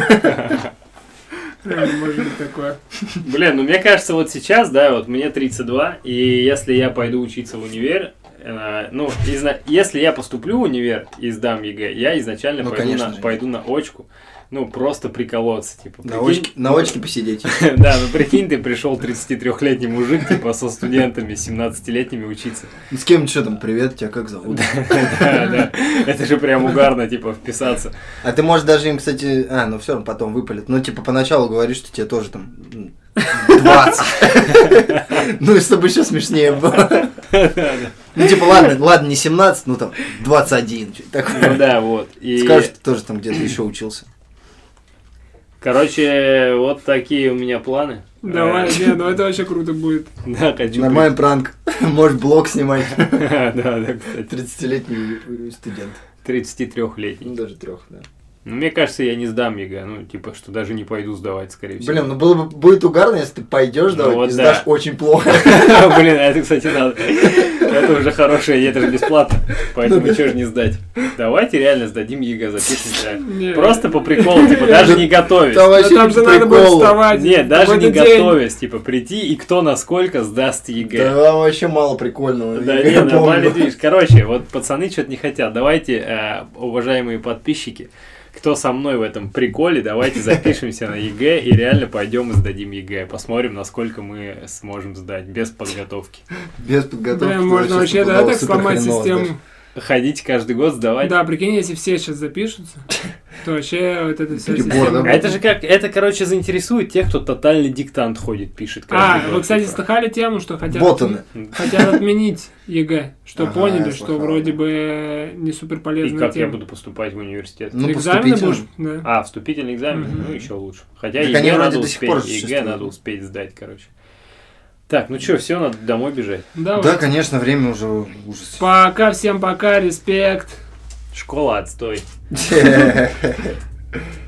Может быть такое. Блин, ну мне кажется, вот сейчас, да, вот мне 32, и если я пойду учиться в универ, если я поступлю в универ и сдам ЕГЭ, я изначально Ну, конечно же. пойду на очку, ну, просто приколоться, типа. На очке посидеть. Да, ну прикинь, ты пришел 33-летний мужик, типа, со студентами 17-летними учиться. С кем что там, привет, тебя как зовут? Да, это же прям угарно, типа, вписаться. А ты можешь даже им, кстати, ну все равно потом выпалит. Ну, типа, поначалу говоришь, что тебе тоже там 20. Ну, и чтобы еще смешнее было. Ну, типа, ладно, не 17, ну там 21. что-то такое. Ну да, вот. И, Скажешь, ты тоже там где-то еще учился. короче, вот такие у меня планы. Давай, не, ну это вообще круто будет. Да, хочу. Нормальный пранк. Можешь блог снимать. Да, кстати. 30-летний студент. 33-летний. Ну, даже 3, да. Ну, мне кажется, я не сдам ЕГЭ, ну, типа, что даже не пойду сдавать, скорее всего. Блин, ну будет угарно, если ты пойдешь Ну, давать вот и сдашь да. очень плохо. Блин, это, кстати, надо. Это уже хорошее, это же бесплатно, поэтому что же не сдать. Давайте реально сдадим ЕГЭ, запишемся. Не. Просто по приколу, типа, даже не готовясь. Там Но вообще там не же по надо будет приколу. вставать. Нет, даже в не этот день. готовясь, типа, прийти и кто насколько сдаст ЕГЭ. Да вообще мало прикольного. Да, я не, нормально, помню. видишь. Короче, вот пацаны что-то не хотят. Давайте, уважаемые подписчики, кто со мной в этом приколе, давайте запишемся на ЕГЭ и реально пойдем и сдадим ЕГЭ. Посмотрим, насколько мы сможем сдать без подготовки. Без подготовки. Блин, ты можно вообще, да, стопудово так супер сломать хреново систему. сдашь. Ходить каждый год сдавать. Да, прикинь, если все сейчас запишутся, то вообще вот это вся Перебор, система. да? А это же как, это, короче, заинтересует тех, кто тотальный диктант ходит, пишет каждый год. Вы, кстати, типа. слыхали тему, что хотят Ботаны. отменить ЕГЭ, что Ага, поняли, я что слыхал, вроде да. бы не супер И полезная как я тема. буду поступать в университет? Ну, Экзамены поступительным. будешь? Да. Вступительный экзамен? Мгм. Ну, еще лучше. Хотя Так ЕГЭ они вроде надо до сих пор успеть, ЕГЭ существуют. надо успеть сдать, короче. Так, ну что, все, надо домой бежать. Давай. Да, конечно, время уже ужас. Пока, всем пока, респект. Школа отстой.